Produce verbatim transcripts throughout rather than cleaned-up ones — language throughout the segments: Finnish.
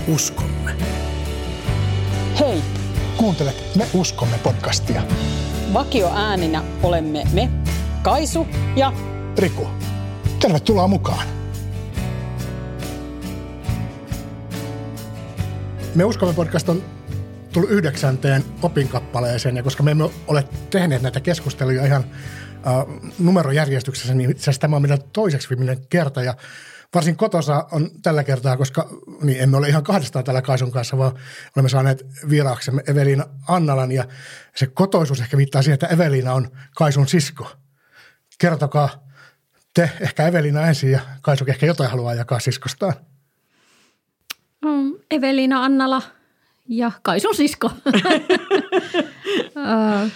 uskomme. Hei! Kuuntelet Me uskomme podcastia. Vakioääninä olemme me, Kaisu ja Riku. Tervetuloa mukaan. Me uskomme podcast on tullut yhdeksänteen opinkappaleeseen, ja koska me emme ole tehneet näitä keskusteluja ihan uh, numerojärjestyksessä, niin itse asiassa tämä on meidän toiseksi viimeinen kerta, ja varsin kotosa on tällä kertaa, koska niin emme ole ihan kahdestaan täällä Kaisun kanssa, vaan olemme saaneet vieraaksemme Eveliina Annalan, ja se kotoisuus ehkä viittaa siihen, että Eveliina on Kaisun sisko. Kertokaa te ehkä Eveliina ensin, ja Kaisu ehkä jotain haluaa jakaa siskostaan. Mm, Eveliina Annala ja Kaisun sisko. uh.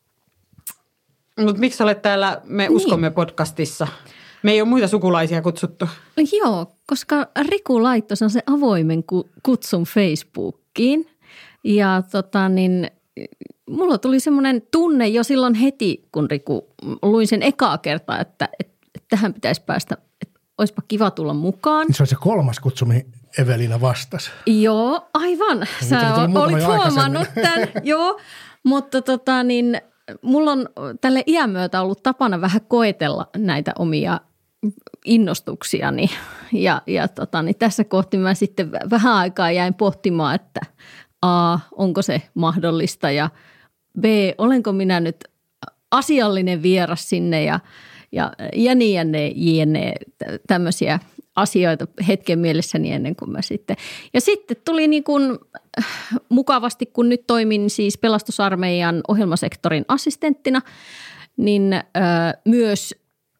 Mutta miksi olet täällä Me uskomme niin. podcastissa? Me ei ole muita sukulaisia kutsuttu. Joo, koska Riku laittoi se avoimen kutsun Facebookiin. Ja tota niin, mulla tuli semmoinen tunne jo silloin heti, kun Riku luin sen ekaa kertaa, että, että, että tähän pitäisi päästä, että olisipa kiva tulla mukaan. Se on se kolmas kutsu, mihin Eveliina vastasi. Joo, aivan. Sä olit huomannut tämän, joo. Mutta tota niin, mulla on tälle iän myötä ollut tapana vähän koetella näitä omia innostuksiani. Ja, ja tota niin, tässä kohti mä sitten vähän aikaa jäin pohtimaan, että A, onko se mahdollista ja B, olenko minä nyt asiallinen vieras sinne ja, ja jäni jänne jne tämmöisiä asioita hetken mielessäni ennen kuin mä sitten. Ja sitten tuli niin kuin mukavasti, kun nyt toimin siis pelastusarmeijan ohjelmasektorin assistenttina, niin ö, myös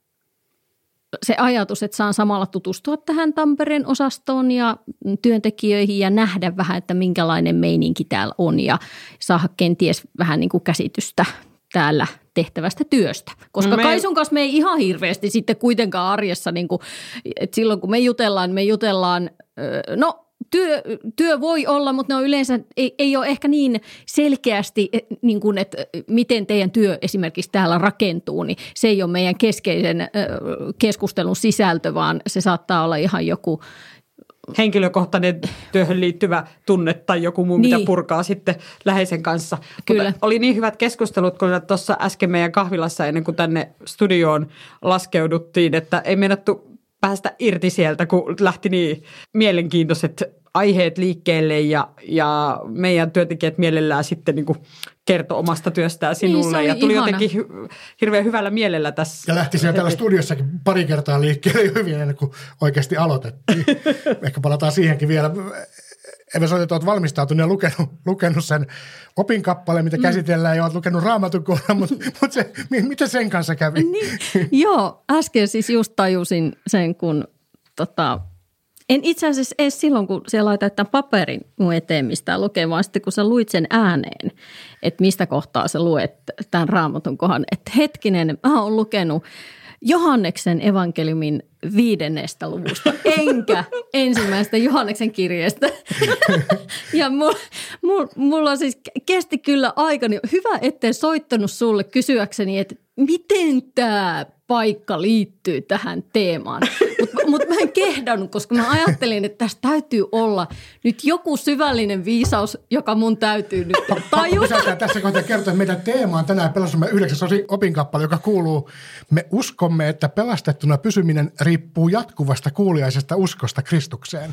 se ajatus, että saan samalla tutustua tähän Tampereen osastoon ja työntekijöihin ja nähdä vähän, että minkälainen meininki täällä on ja saada kenties vähän niin kuin käsitystä täällä tehtävästä työstä. Koska me... Kaisun kanssa me ei ihan hirveästi sitten kuitenkaan arjessa, niin kuin, että silloin kun me jutellaan, me jutellaan, no työ, työ voi olla, mutta ne on yleensä, ei, ei ole ehkä niin selkeästi, niin kuin, että miten teidän työ esimerkiksi täällä rakentuu, niin se ei ole meidän keskeisen keskustelun sisältö, vaan se saattaa olla ihan joku henkilökohtainen työhön liittyvä tunne tai joku muu, niin. mitä purkaa sitten läheisen kanssa. Kyllä. Mutta oli niin hyvät keskustelut, kun tuossa äsken meidän kahvilassa ennen kuin tänne studioon laskeuduttiin, että ei meinattu päästä irti sieltä, kun lähti niin mielenkiintoiset aiheet liikkeelle ja, ja meidän työntekijät mielellään sitten niin kuin kertoi omasta työstään sinulle. Niin, ja tuli ihana. Jotenkin hirveän hyvällä mielellä tässä. Ja lähti siellä täällä studiossakin pari kertaa liikkeelle hyvin ennen kuin oikeasti aloitettiin. Ehkä palataan siihenkin vielä. Eve, sä olet valmistautunut ja lukenut, lukenut sen opinkappaleen, mitä mm. käsitellään, ja olet lukenut Raamatun kohdan, mutta, mutta se, mitä sen kanssa kävi? Niin. Joo, äsken siis just tajusin sen, kun tota, en itse asiassa edes silloin, kun siellä laitat tämän paperin mun eteen, mistä lukee, vaan sitten kun sä luit sen ääneen, että mistä kohtaa sä luet tämän Raamatun kohdan. Että hetkinen, mä oon lukenut Johanneksen evankeliumin viidennestä luvusta, enkä ensimmäistä Johanneksen kirjeestä. Ja mulla mul, mulla siis kesti kyllä aikani. Hyvä, etten soittanut sulle kysyäkseni, että miten tämä paikka liittyy tähän teemaan. Mutta mut mä en kehdannut, koska mä ajattelin, että tässä täytyy olla nyt joku syvällinen viisaus, joka mun täytyy nyt tajuta. Tässä kohtaa kertoa, että meidän teema on tänään pelastumme yhdeksäs opinkappale, joka kuuluu: me uskomme, että pelastettuna pysyminen riippuu jatkuvasta kuuliaisesta uskosta Kristukseen.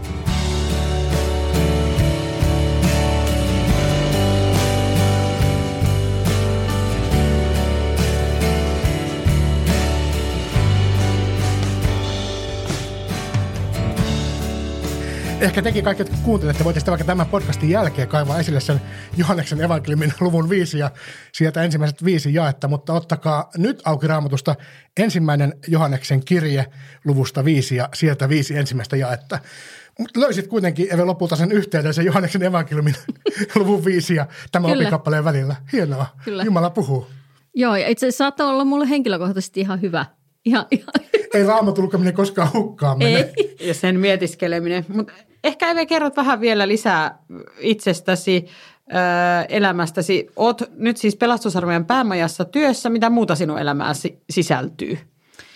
Ehkä tekin kaikki, jotka kuuntelette, voitaisiin vaikka tämän podcastin jälkeen kaivaa esille sen Johanneksen evankeliumin luvun viisi ja sieltä ensimmäiset viisi jaetta, mutta ottakaa nyt auki Raamatusta ensimmäinen Johanneksen kirje luvusta viisi ja sieltä viisi ensimmäistä jaetta. Mutta löysit kuitenkin, Eve, lopulta sen yhteyden sen Johanneksen evankeliumin luvun viisi ja tämän opinkappaleen välillä. Hienoa. Kyllä. Jumala puhuu. Joo, ja itse asiassa saattaa olla mulle henkilökohtaisesti ihan hyvä. Ihan, ihan. Ei Raamatun lukeminen koskaan hukkaan mene. Ei. Ja sen mietiskeleminen. Mutta ehkä Eve, kerrot vähän vielä lisää itsestäsi, ö, elämästäsi. Oot nyt siis pelastusarmeijan päämajassa työssä. Mitä muuta sinun elämääsi sisältyy?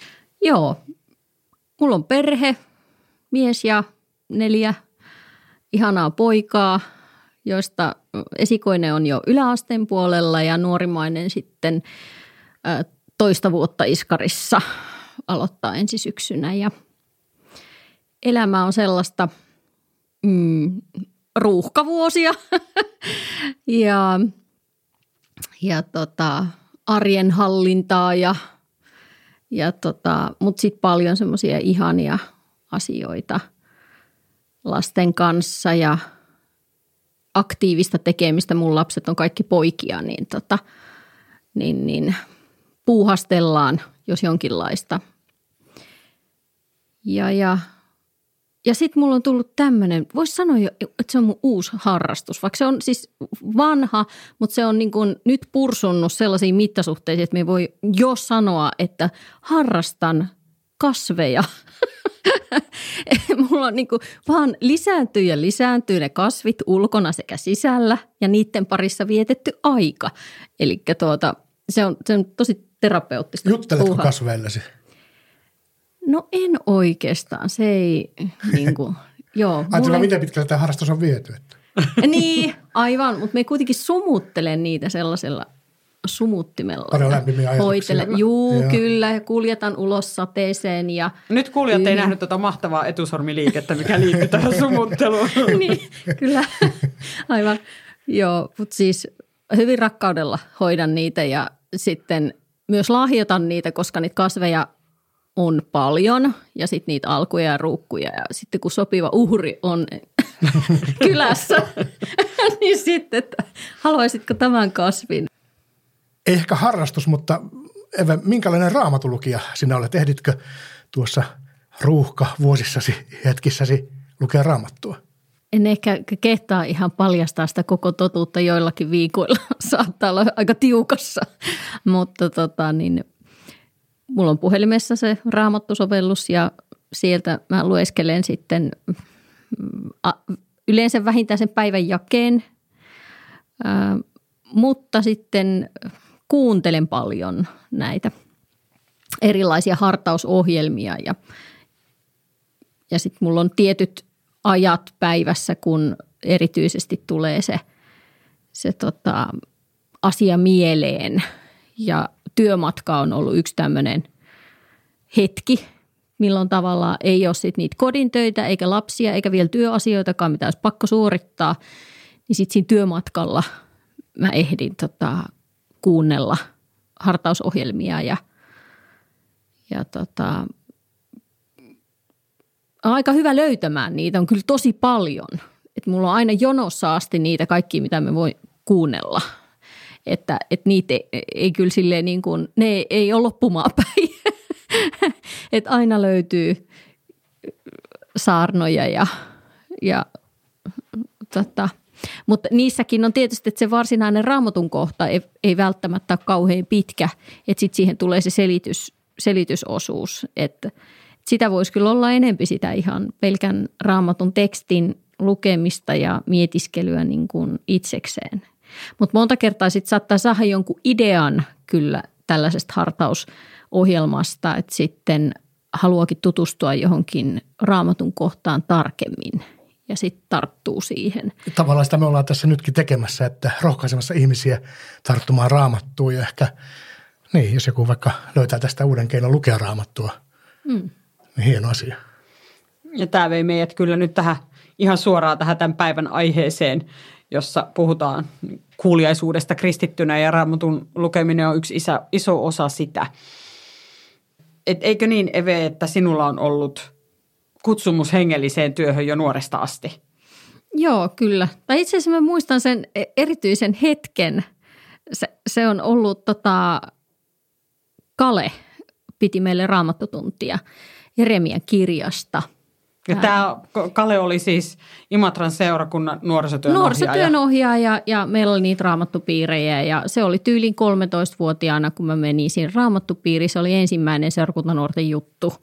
Joo, mulla on perhe, mies ja neljä ihanaa poikaa, joista esikoinen on jo yläasteen puolella ja nuorimainen sitten toista vuotta Iskarissa aloittaa ensi syksynä. Ja elämä on sellaista mm, ruuhkavuosia ja, ja tota, arjen hallintaa, ja, ja tota, mutta sitten paljon semmoisia ihania asioita lasten kanssa ja aktiivista tekemistä. Mun lapset on kaikki poikia, niin, tota, niin, niin puuhastellaan jos jonkinlaista. Ja, ja, ja sitten mulla on tullut tämmöinen, voisi sanoa jo, että se on mun uusi harrastus, vaikka se on siis vanha, mutta se on niin kuin nyt pursunnut sellaisiin mittasuhteisiin, että me voi jo sanoa, että harrastan kasveja. Mulla on niin kuin vaan lisääntyy ja lisääntyy ne kasvit ulkona sekä sisällä ja niiden parissa vietetty aika. Eli tuota, se, on, se on tosi terapeuttista. Jutteletko puuhaa. kasveillasi? No en oikeastaan, se ei niin kuin, joo. Ajattelin, mulle... miten pitkälle tämä harrastus on viety? Että. Niin, aivan, mutta me kuitenkin sumuttelen niitä sellaisella sumuttimella. Paljon lämpimiä ajatuksia. Juu, Joo. kyllä, ja kuljetan ulos sateeseen. Ja nyt kuulijat yhden. Ei nähnyt tuota mahtavaa etusormiliikettä, mikä liittyy tähän sumutteluun. Niin, kyllä, aivan. Joo, mutta siis hyvin rakkaudella hoidan niitä ja sitten myös lahjoitan niitä, koska niitä kasveja on paljon ja sitten niitä alkuja ja ruukkuja ja sitten kun sopiva uhri on kylässä, niin sitten, että haluaisitko tämän kasvin? Ei ehkä harrastus, mutta Eve, minkälainen raamatulukija sinä olet? Ehditkö tuossa ruuhka vuosissasi hetkissäsi lukea raamattua? En ehkä kehtaa ihan paljastaa sitä koko totuutta, joillakin viikoilla saattaa olla aika tiukassa, mutta tota niin, mulla on puhelimessa se raamattusovellus ja sieltä mä lueskelen sitten yleensä vähintään sen päivän jakeen, mutta sitten kuuntelen paljon näitä erilaisia hartausohjelmia ja, ja sitten mulla on tietyt ajat päivässä, kun erityisesti tulee se, se tota, asia mieleen ja työmatka on ollut yksi tämmöinen hetki, milloin tavallaan ei ole sit niitä kodin töitä eikä lapsia eikä vielä työasioitakaan, mitä olisi pakko suorittaa, niin sitten siinä työmatkalla mä ehdin tota, kuunnella hartausohjelmia ja, ja tota, on aika hyvä löytämään niitä, on kyllä tosi paljon. Et mulla on aina jonossa asti niitä kaikkia, mitä me voi kuunnella. Että et niitä ei, ei kyllä silleen niin kuin, ne ei ole loppumaan päin. Että aina löytyy saarnoja ja, ja tota, mutta niissäkin on tietysti, että se varsinainen Raamatun kohta ei, ei välttämättä ole kauhean pitkä, että sitten siihen tulee se selitys, selitysosuus, että sitä voisi kyllä olla enempi sitä ihan pelkän Raamatun tekstin lukemista ja mietiskelyä niin kuin itsekseen. Mutta monta kertaa sitten saattaa saada jonkun idean kyllä tällaisesta hartausohjelmasta, että sitten haluakin tutustua johonkin Raamatun kohtaan tarkemmin ja sitten tarttuu siihen. Tavallaan sitä me ollaan tässä nytkin tekemässä, että rohkaisemassa ihmisiä tarttumaan Raamattuun ja ehkä, niin jos joku vaikka löytää tästä uuden keinon lukea Raamattua, mm. niin hieno asia. Ja tämä vei meidät kyllä nyt tähän ihan suoraan tähän tämän päivän aiheeseen, jossa puhutaan kuuliaisuudesta kristittynä ja Raamatun lukeminen on yksi iso, iso osa sitä. Et eikö niin, Eve, että sinulla on ollut kutsumus hengelliseen työhön jo nuoresta asti? Joo, kyllä. Tai itse asiassa mä muistan sen erityisen hetken. Se, se on ollut tota, Kale piti meille raamattutuntia Jeremian kirjasta. Ja tämä Kale oli siis Imatran seurakunnan nuorisotyön ohjaaja. Nuorisotyön ohjaaja ja meillä oli niitä raamattupiirejä ja se oli tyylin kolmetoistavuotiaana, kun mä menin siinä raamattupiiriin. Se oli ensimmäinen seurakuntanuorten juttu.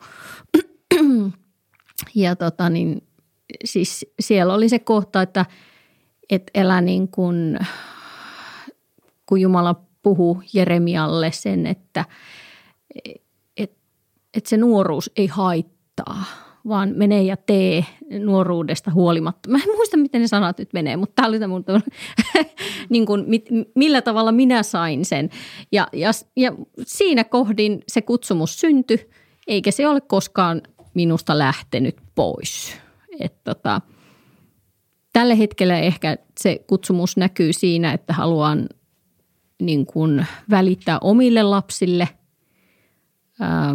Ja tota niin, siis siellä oli se kohta, että, että elä niin kuin, kun Jumala puhuu Jeremialle sen, että, että, että se nuoruus ei haittaa, vaan mene ja tee nuoruudesta huolimatta. Mä en muista, miten ne sanat nyt menee, mutta tämä oli mun niin kuin, millä tavalla minä sain sen. Ja, ja, ja siinä kohdin se kutsumus syntyi, eikä se ole koskaan minusta lähtenyt pois. Et tota, tällä hetkellä ehkä se kutsumus näkyy siinä, että haluan niin kuin välittää omille lapsille ää,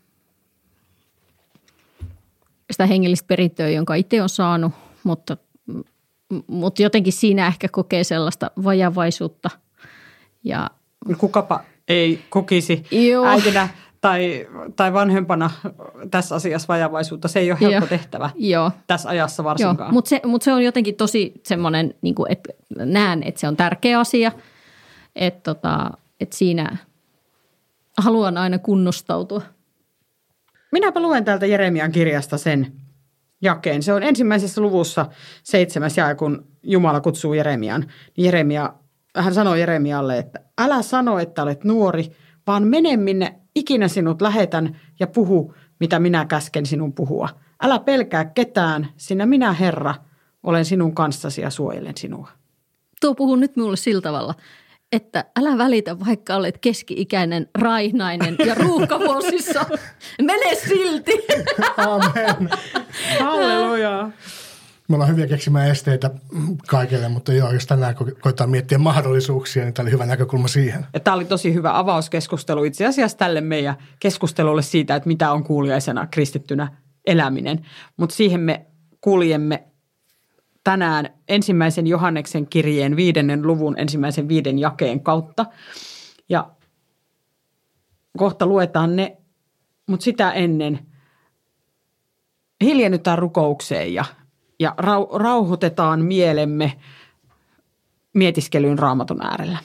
sitä hengellistä perintöä, jonka itse on saanut, mutta, mutta jotenkin siinä ehkä kokee sellaista vajavaisuutta. Ja kukapa ei kokisi Joo. äitinä tai, tai vanhempana tässä asiassa vajavaisuutta. Se ei ole helppo Joo. tehtävä Joo. tässä ajassa varsinkaan. Mutta se, mut se on jotenkin tosi semmoinen, niin kuin, että näen, että se on tärkeä asia, että tota, et siinä haluan aina kunnostautua. Minäpä luen täältä Jeremian kirjasta sen jakeen. Se on ensimmäisessä luvussa seitsemäs jae, kun Jumala kutsuu Jeremian. Jeremia, hän sanoo Jeremialle, että älä sano, että olet nuori, vaan mene minne ikinä sinut lähetän ja puhu, mitä minä käsken sinun puhua. Älä pelkää ketään, sinä minä Herra olen sinun kanssasi ja suojelen sinua. Tuo puhuu nyt minulle sillä tavalla, että älä välitä, vaikka olet keski-ikäinen, raihnainen ja ruuhkavuosissa. Mene silti. Amen. Halleluja. Me ollaan hyviä keksimään esteitä kaikille, mutta joo, jos tänään ko- koetaan miettiä mahdollisuuksia, niin tämä oli hyvä näkökulma siihen. Ja tämä oli tosi hyvä avauskeskustelu itse asiassa tälle meidän keskustelulle siitä, että mitä on kuuliaisena kristittynä eläminen. Mutta siihen me kuljemme tänään ensimmäisen Johanneksen kirjeen viidennen luvun ensimmäisen viiden jakeen kautta. Ja kohta luetaan ne, mutta sitä ennen hiljennytään rukoukseen ja, ja rau, rauhoitetaan mielemme mietiskelyyn Raamatun äärellä.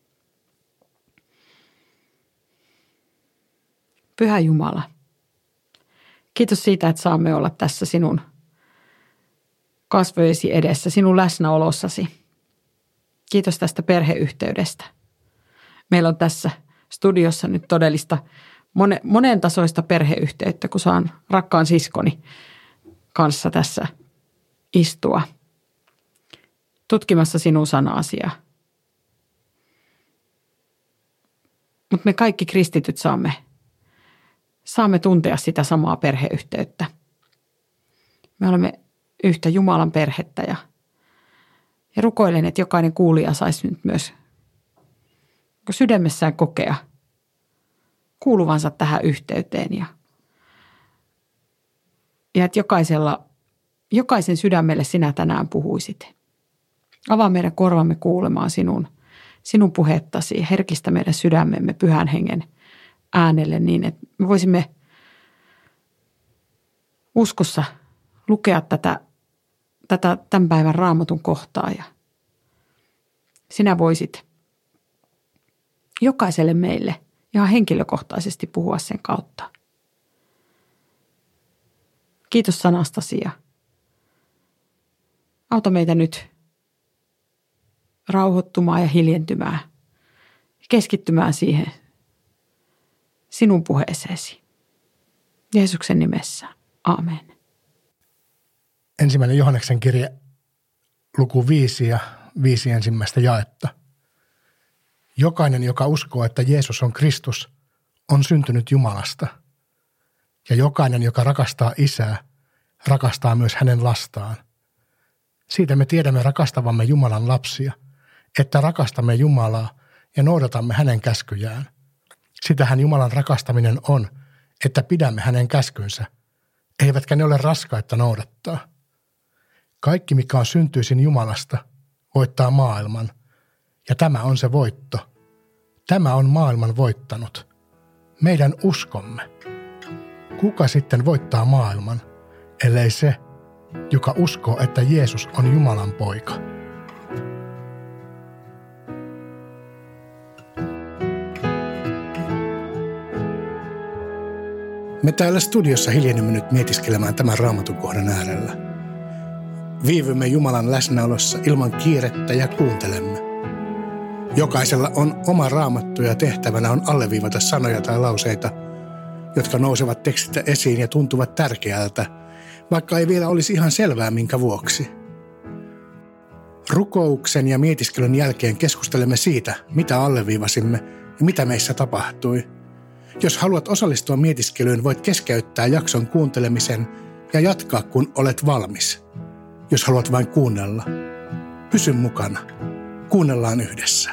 Pyhä Jumala, kiitos siitä, että saamme olla tässä sinun kasvojesi edessä, sinun läsnäolossasi. Kiitos tästä perheyhteydestä. Meillä on tässä studiossa nyt todellista monen, monen tasoista perheyhteyttä, kun saan rakkaan siskoni kanssa tässä istua tutkimassa sinun sanaasi. Mutta me kaikki kristityt saamme, saamme tuntea sitä samaa perheyhteyttä. Me olemme yhtä Jumalan perhettä ja, ja rukoilen, että jokainen kuulija saisi nyt myös sydämessään kokea kuuluvansa tähän yhteyteen ja, ja että jokaisella, jokaisen sydämelle sinä tänään puhuisit. Avaa meidän korvamme kuulemaan sinun, sinun puhettasi, herkistä meidän sydämemme Pyhän Hengen äänelle niin, että me voisimme uskossa lukea tätä tätä tämän päivän Raamatun kohtaa ja sinä voisit jokaiselle meille ihan henkilökohtaisesti puhua sen kautta. Kiitos sanastasi ja auta meitä nyt rauhoittumaan ja hiljentymään ja keskittymään siihen sinun puheeseesi. Jeesuksen nimessä. Aamen. Ensimmäinen Johanneksen kirje, luku viisi ja viisi ensimmäistä jaetta. Jokainen, joka uskoo, että Jeesus on Kristus, on syntynyt Jumalasta. Ja jokainen, joka rakastaa Isää, rakastaa myös hänen lastaan. Siitä me tiedämme rakastavamme Jumalan lapsia, että rakastamme Jumalaa ja noudatamme hänen käskyjään. Sitähän Jumalan rakastaminen on, että pidämme hänen käskynsä, eivätkä ne ole raskaita noudattaa. Kaikki, mikä on syntyisin Jumalasta, voittaa maailman, ja tämä on se voitto. Tämä on maailman voittanut. Meidän uskomme. Kuka sitten voittaa maailman, ellei se, joka uskoo, että Jeesus on Jumalan poika? Me täällä studiossa hiljennymme nyt mietiskelemään tämän Raamatun kohdan äärellä. Viivymme Jumalan läsnäolossa ilman kiirettä ja kuuntelemme. Jokaisella on oma raamattu ja tehtävänä on alleviivata sanoja tai lauseita, jotka nousevat tekstistä esiin ja tuntuvat tärkeältä vaikka ei vielä olisi ihan selvää minkä vuoksi. Rukouksen ja mietiskelyn jälkeen keskustelemme siitä, mitä alleviivasimme ja mitä meissä tapahtui. Jos haluat osallistua mietiskelyyn, voit keskeyttää jakson kuuntelemisen ja jatkaa, kun olet valmis. Jos haluat vain kuunnella, pysy mukana. Kuunnellaan yhdessä.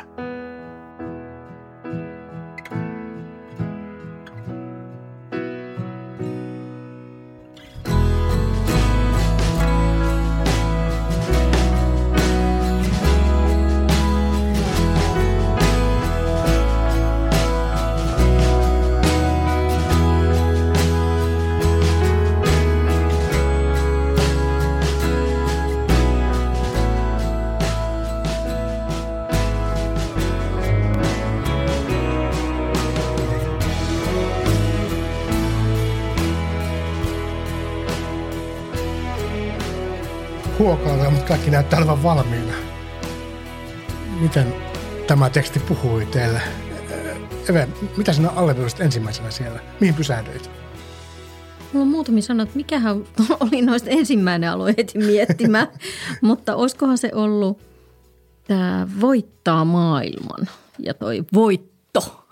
Huokaillaan, mutta kaikki näyttää olevan valmiina. Miten tämä teksti puhui teille? Eve, mitä sinä alleviivasit ensimmäisenä siellä? Mihin pysähdyit? Mulla on muutamia sanoa, että mikähän oli noista ensimmäinen alue heti miettimään. Mutta olisikohan se ollut tämä voittaa maailman ja toi voitto.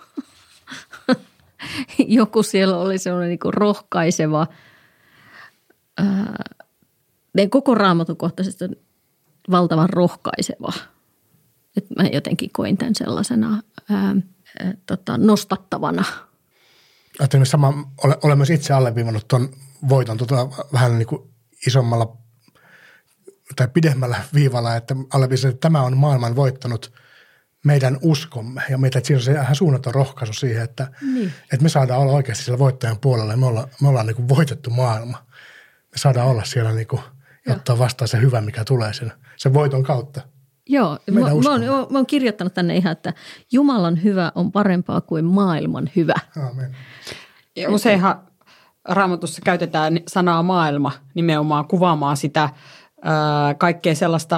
Joku siellä oli sellainen niin kuin rohkaiseva. Ää, koko Raamatun kohtaisesti on valtavan rohkaiseva. Että mä jotenkin koin tämän sellaisena ää, ää, tota, nostattavana. Ajattelin sama, olen, olen myös itse alleviivannut tuon voiton tota, vähän niin kuin isommalla tai pidemmällä viivalla, että alleviivasin, että tämä on maailman voittanut meidän uskomme. Ja meitä, että siinä on se ihan suunnaton rohkaisu siihen, että, niin. että me saadaan olla oikeasti siellä voittajan puolella ja me ollaan, me ollaan niin kuin voitettu maailma. Me saadaan olla siellä niin kuin ja ottaa vastaan se hyvä, mikä tulee sen, sen voiton kautta. Joo, mä, mä, oon, mä oon kirjoittanut tänne ihan, että Jumalan hyvä on parempaa kuin maailman hyvä. Aamen. Ja useinhan Raamatussa käytetään sanaa maailma nimenomaan kuvaamaan sitä ää, kaikkea sellaista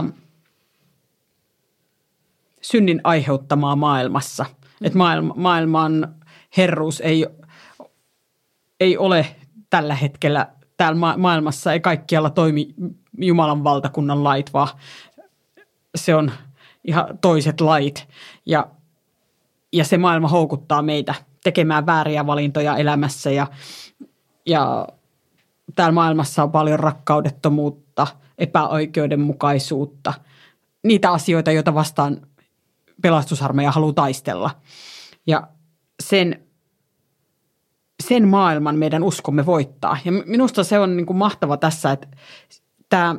synnin aiheuttamaa maailmassa. Mm. Että maailma, maailman herruus ei, ei ole tällä hetkellä täällä ma- maailmassa, ei kaikkialla toimi Jumalan valtakunnan lait, vaan se on ihan toiset lait. Ja, ja se maailma houkuttaa meitä tekemään vääriä valintoja elämässä ja, ja täällä maailmassa on paljon rakkaudettomuutta, epäoikeudenmukaisuutta, niitä asioita, joita vastaan pelastusarmeija haluaa taistella. Ja sen, sen maailman meidän uskomme voittaa. Ja minusta se on niin kuin mahtava tässä, että tämä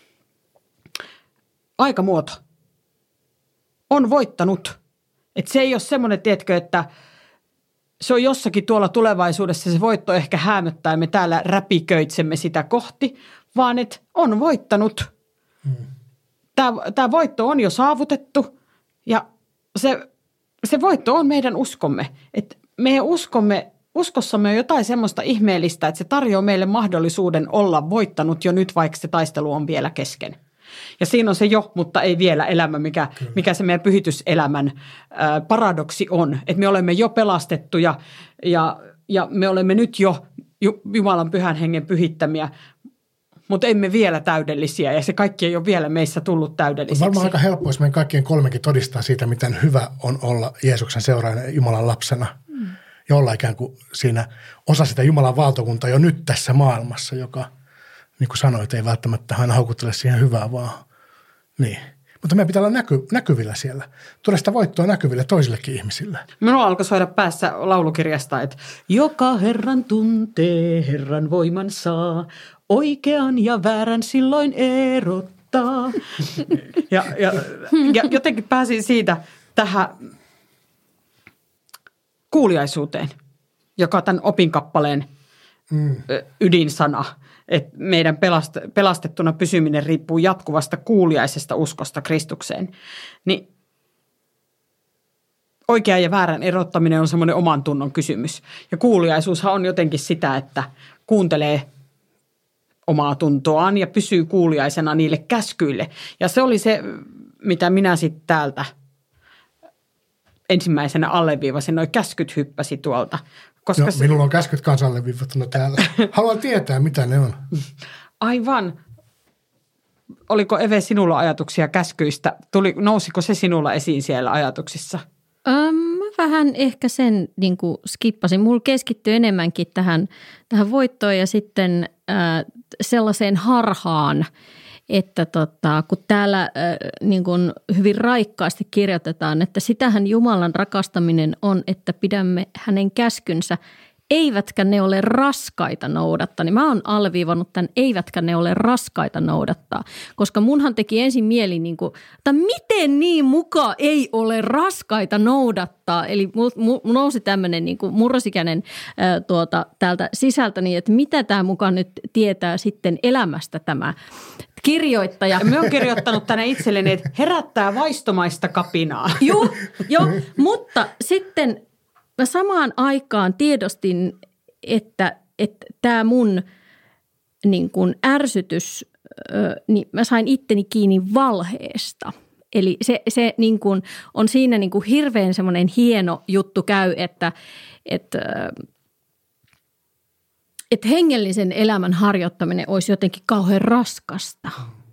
aikamuoto on voittanut. Että se ei ole semmoinen, tiedätkö, että se on jossakin tuolla tulevaisuudessa, se voitto ehkä häämöttää ja me täällä räpiköitsemme sitä kohti, vaan että on voittanut. Hmm. Tämä, tämä voitto on jo saavutettu ja se, se voitto on meidän uskomme. Että meidän uskomme, uskossamme on jotain semmoista ihmeellistä, että se tarjoaa meille mahdollisuuden olla voittanut jo nyt, vaikka se taistelu on vielä kesken. Ja siinä on se jo, mutta ei vielä elämä, mikä, mikä se meidän pyhityselämän ää, paradoksi on. Että me olemme jo pelastettuja ja, ja me olemme nyt jo Jumalan pyhän hengen pyhittämiä, mutta emme vielä täydellisiä ja se kaikki ei ole vielä meissä tullut täydelliseksi. On varmaan aika helppo, jos meidän kaikkien kolmekin todistaa siitä, miten hyvä on olla Jeesuksen seuraajana Jumalan lapsena. Mm. Ja olla ikään kuin siinä osa sitä Jumalan valtakuntaa jo nyt tässä maailmassa, joka niin kuin sanoit, ei välttämättä aina haukuttele siihen hyvää vaan. Niin. Mutta meidän pitää olla näky, näkyvillä siellä. Tuoda sitä voittoa näkyville toisillekin ihmisille. Minulla alkoi soida päässä laulukirjasta, että joka Herran tuntee, Herran voiman saa, oikean ja väärän silloin erottaa. ja, ja, ja jotenkin pääsin siitä tähän kuuliaisuuteen, joka on tämän opinkappaleen mm. ydinsana. Että meidän pelast- pelastettuna pysyminen riippuu jatkuvasta kuuliaisesta uskosta Kristukseen. Niin oikean ja väärän erottaminen on semmoinen oman tunnon kysymys. Ja kuuliaisuushan on jotenkin sitä, että kuuntelee omaa tuntoaan ja pysyy kuuliaisena niille käskyille. Ja se oli se, mitä minä sitten täältä ensimmäisenä alleviivasin. Noi käskyt hyppäsi tuolta. Koska no, se, minulla on käskyt kanssa alleviivattuna täällä. Haluan tietää, mitä ne on. Aivan. Oliko Eve sinulla ajatuksia käskyistä? Tuli, nousiko se sinulla esiin siellä ajatuksissa? Ähm, mä vähän ehkä sen niin kuin skippasin. Mulla keskittyi enemmänkin tähän, tähän voittoon ja sitten äh, sellaiseen harhaan, että tota, kun täällä äh, niin kuin hyvin raikkaasti kirjoitetaan, että sitähän Jumalan rakastaminen on, että pidämme hänen käskynsä, eivätkä ne ole raskaita noudattaa. Niin mä oon alviivannut tämän, eivätkä ne ole raskaita noudattaa. Koska munhan teki ensin mieli, niin kuin, että miten niin muka ei ole raskaita noudattaa. Eli mulla nousi tämmöinen niin kuin murrosikäinen ää, tuota, täältä sisältä, niin että mitä tämä mukaan nyt tietää sitten elämästä tämä kirjoittaja. Me on kirjoittanut tänne itselleni, että herättää vaistomaista kapinaa. Joo, jo, mutta sitten mä samaan aikaan tiedostin, että, että tämä mun niin kun ärsytys, niin mä sain itteni kiinni valheesta. Eli se, se niin kun on siinä niin kun hirveän semmoinen hieno juttu käy, että, että, että hengellisen elämän harjoittaminen olisi jotenkin kauhean raskasta.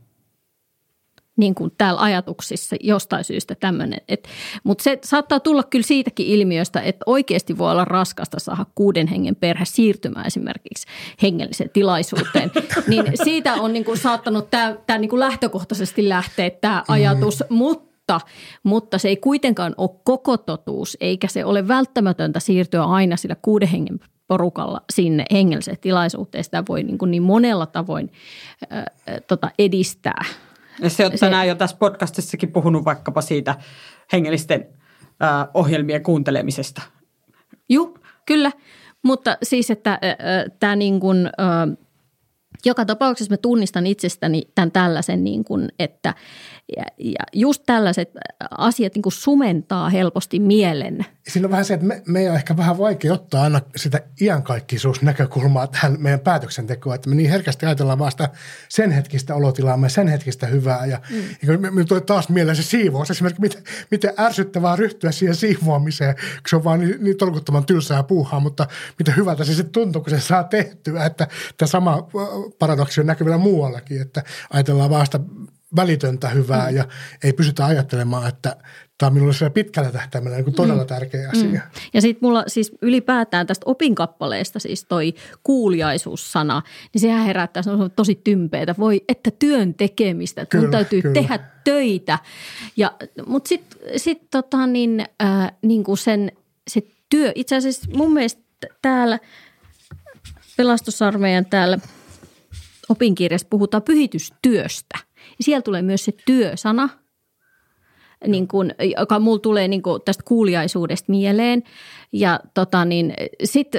Niin kuin täällä ajatuksissa jostain syystä tämmöinen. Mutta se saattaa tulla kyllä siitäkin ilmiöstä, että oikeasti voi olla raskasta saada kuuden hengen perhe siirtymään esimerkiksi hengelliseen tilaisuuteen. Niin siitä on niin kuin saattanut tämä niin kuin lähtökohtaisesti lähteä tämä ajatus, mm. mutta, mutta se ei kuitenkaan ole koko totuus, eikä se ole välttämätöntä siirtyä aina sillä kuuden hengen porukalla sinne hengelliseen tilaisuuteen. Sitä voi niin, kuin niin monella tavoin äh, tota edistää. Ja se on tänään jo tässä podcastissakin puhunut vaikkapa siitä hengellisten äh, ohjelmien kuuntelemisesta. Joo, kyllä. Mutta siis, että äh, tämä niin kuin, äh, joka tapauksessa mä tunnistan itsestäni tämän tällaisen, niin kuin, että ja, ja just tällaiset asiat niin kuin sumentaa helposti mielen. Siinä on vähän se, että me, meidän on ehkä vähän vaikea ottaa aina sitä iankaikkisuusnäkökulmaa tähän meidän päätöksentekoon, että me niin herkästi ajatellaan vaan sitä sen hetkistä olotilaa, sen hetkistä hyvää. Ja, mm. ja me, me tulee taas mieleen se siivous, esimerkiksi miten, miten ärsyttävää ryhtyä siihen siivoamiseen, kun se on vaan niin, niin tolkuttoman tylsää puuhaa, mutta miten hyvältä se sitten tuntuu, kun se saa tehtyä, että tämä sama paradoksi on näkyvillä muuallakin, että ajatellaan vaan sitä välitöntä hyvää mm. ja ei pysytä ajattelemaan, että tämä on minulle siellä pitkällä tähtäimellä niin kuin todella mm. tärkeä asia. Mm. Ja sitten mulla siis ylipäätään tästä opinkappaleesta siis toi kuuliaisuussana, niin sehän herättää tosi tympeitä. Voi, että työn tekemistä, että mun täytyy kyllä. tehdä töitä. Ja, mutta sitten sit tota niin, äh, niin kuin sen, se työ, itse asiassa mun mielestä täällä Pelastusarmeijan täällä opinkirjassa puhutaan pyhitystyöstä. Ja siellä tulee myös se työsana, niin kun, joka mulla tulee niin kun tästä kuuliaisuudesta mieleen. Ja tota niin, sitten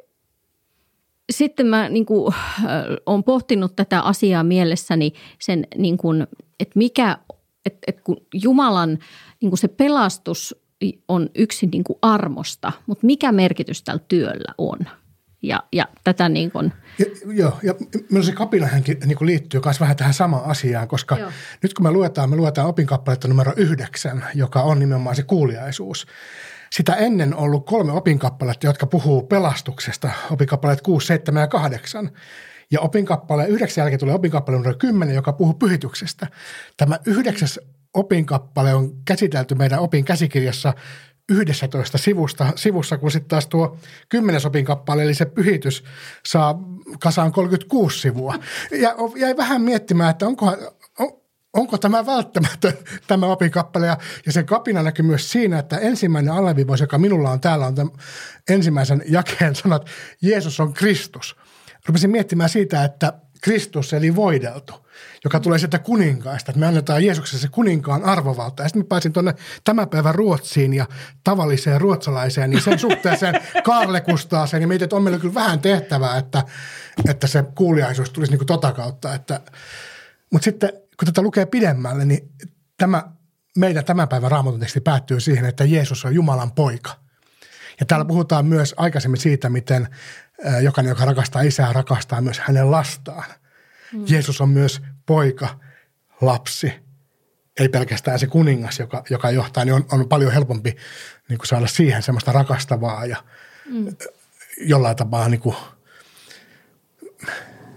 sit mä niin kun, olen pohtinut tätä asiaa mielessäni sen, niin kun, että mikä, että, että kun Jumalan niin kun se pelastus on yksin niin kun armosta, mutta mikä merkitys tällä työllä on? Ja, ja tätä niin kuin. Ja, joo, ja minulla se kapinahenki niin kuin liittyy myös vähän tähän samaan asiaan, koska joo. nyt kun me luetaan, me luetaan opinkappaletta numero yhdeksän, joka on nimenomaan se kuuliaisuus. Sitä ennen on ollut kolme opinkappaletta, jotka puhuu pelastuksesta, opinkappaleet kuusi, seitsemän ja kahdeksan. Ja opinkappaleen yhdeksän jälkeen tulee opinkappale numero kymmenen, joka puhuu pyhityksestä. Tämä yhdeksäs opinkappale on käsitelty meidän opin käsikirjassa yksitoista sivusta, sivussa, kun sitten taas tuo kymmenes opinkappale, eli se pyhitys, saa kasaan kolmekymmentäkuusi sivua. Ja jäi vähän miettimään, että onko, on, onko tämä välttämätön, tämä opinkappale. Ja, ja sen kapina näkyy myös siinä, että ensimmäinen alleviivaus, joka minulla on täällä, on tämän ensimmäisen jakeen sanat, Jeesus on Kristus. Rupesin miettimään siitä, että Kristus eli voideltu, joka tulee sieltä kuninkaasta, että me annetaan Jeesukselle se kuninkaan arvovalta. Ja sitten mä pääsin tuonne tämän päivän Ruotsiin ja tavalliseen ruotsalaiseen, niin sen suhteeseen Kaarlekustaaseen, niin mietin, että on meillä kyllä vähän tehtävää, että, että se kuuliaisuus tulisi niin kuin tota kautta. Että, mutta sitten kun tätä lukee pidemmälle, niin tämä meidän tämän päivän Raamatun teksti päättyy siihen, että Jeesus on Jumalan poika. Ja täällä puhutaan myös aikaisemmin siitä, miten jokainen, joka rakastaa isää, rakastaa myös hänen lastaan. Mm. Jeesus on myös poika, lapsi, ei pelkästään se kuningas, joka, joka johtaa, niin on, on paljon helpompi niin kuin saada siihen semmoista rakastavaa ja mm. jollain tapaa niin kuin,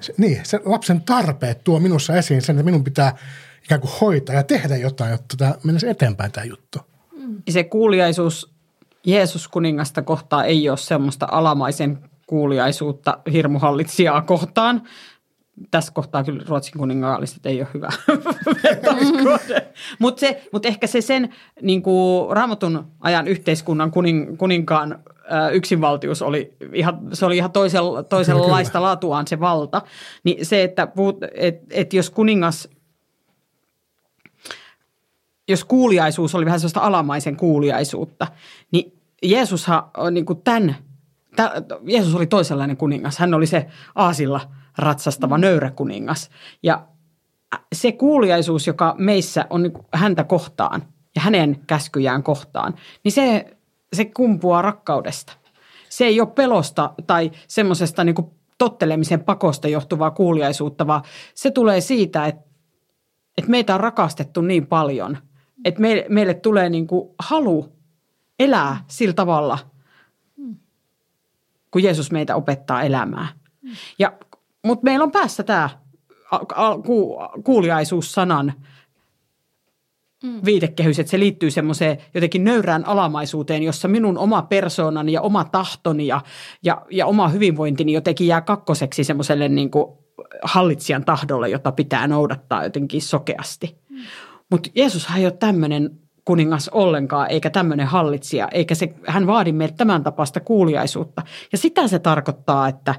niin, se lapsen tarpeet tuo minussa esiin sen, että minun pitää ikään kuin hoitaa ja tehdä jotain, jotta tämä menisi eteenpäin tämä juttu. Se kuuliaisuus Jeesus kuningasta kohtaan ei ole semmoista alamaisen kuuliaisuutta hirmuhallitsijaa kohtaan. Tässä kohtaa kyllä Ruotsin kuninkaalliset ei ole hyvä. Mutta mut ehkä se sen niin kuin Raamatun ajan yhteiskunnan kuning, kuninkaan ä, yksinvaltius oli ihan, se oli ihan toisella, toisenlaista kyllä, laatuaan se valta. Niin se, että et, et jos kuningas, jos kuuliaisuus oli vähän sellaista alamaisen kuuliaisuutta, niin Jeesushan niin kuin tämän, tämän, Jeesus oli toisenlainen kuningas. Hän oli se aasilla ratsastava nöyrä kuningas. Ja se kuuliaisuus, joka meissä on niin häntä kohtaan ja hänen käskyjään kohtaan, niin se, se kumpuaa rakkaudesta. Se ei ole pelosta tai semmoisesta niin kuin tottelemisen pakosta johtuvaa kuuliaisuutta, vaan se tulee siitä, että, että meitä on rakastettu niin paljon, että meille, meille tulee niin kuin halu elää sillä tavalla, kun Jeesus meitä opettaa elämään. Ja mutta meillä on päässä tämä kuuliaisuus-sanan viitekehys, että se liittyy semmoiseen jotenkin nöyrään alamaisuuteen, jossa minun oma persoonani ja oma tahtoni ja, ja, ja oma hyvinvointini jotenkin jää kakkoseksi semmoiselle niin kuin hallitsijan tahdolle, jota pitää noudattaa jotenkin sokeasti. Mm. Mutta Jeesushan ei ole tämmöinen kuningas ollenkaan, eikä tämmöinen hallitsija, eikä se, hän vaadi meiltä tämän tapaista kuuliaisuutta. Ja sitä se tarkoittaa, että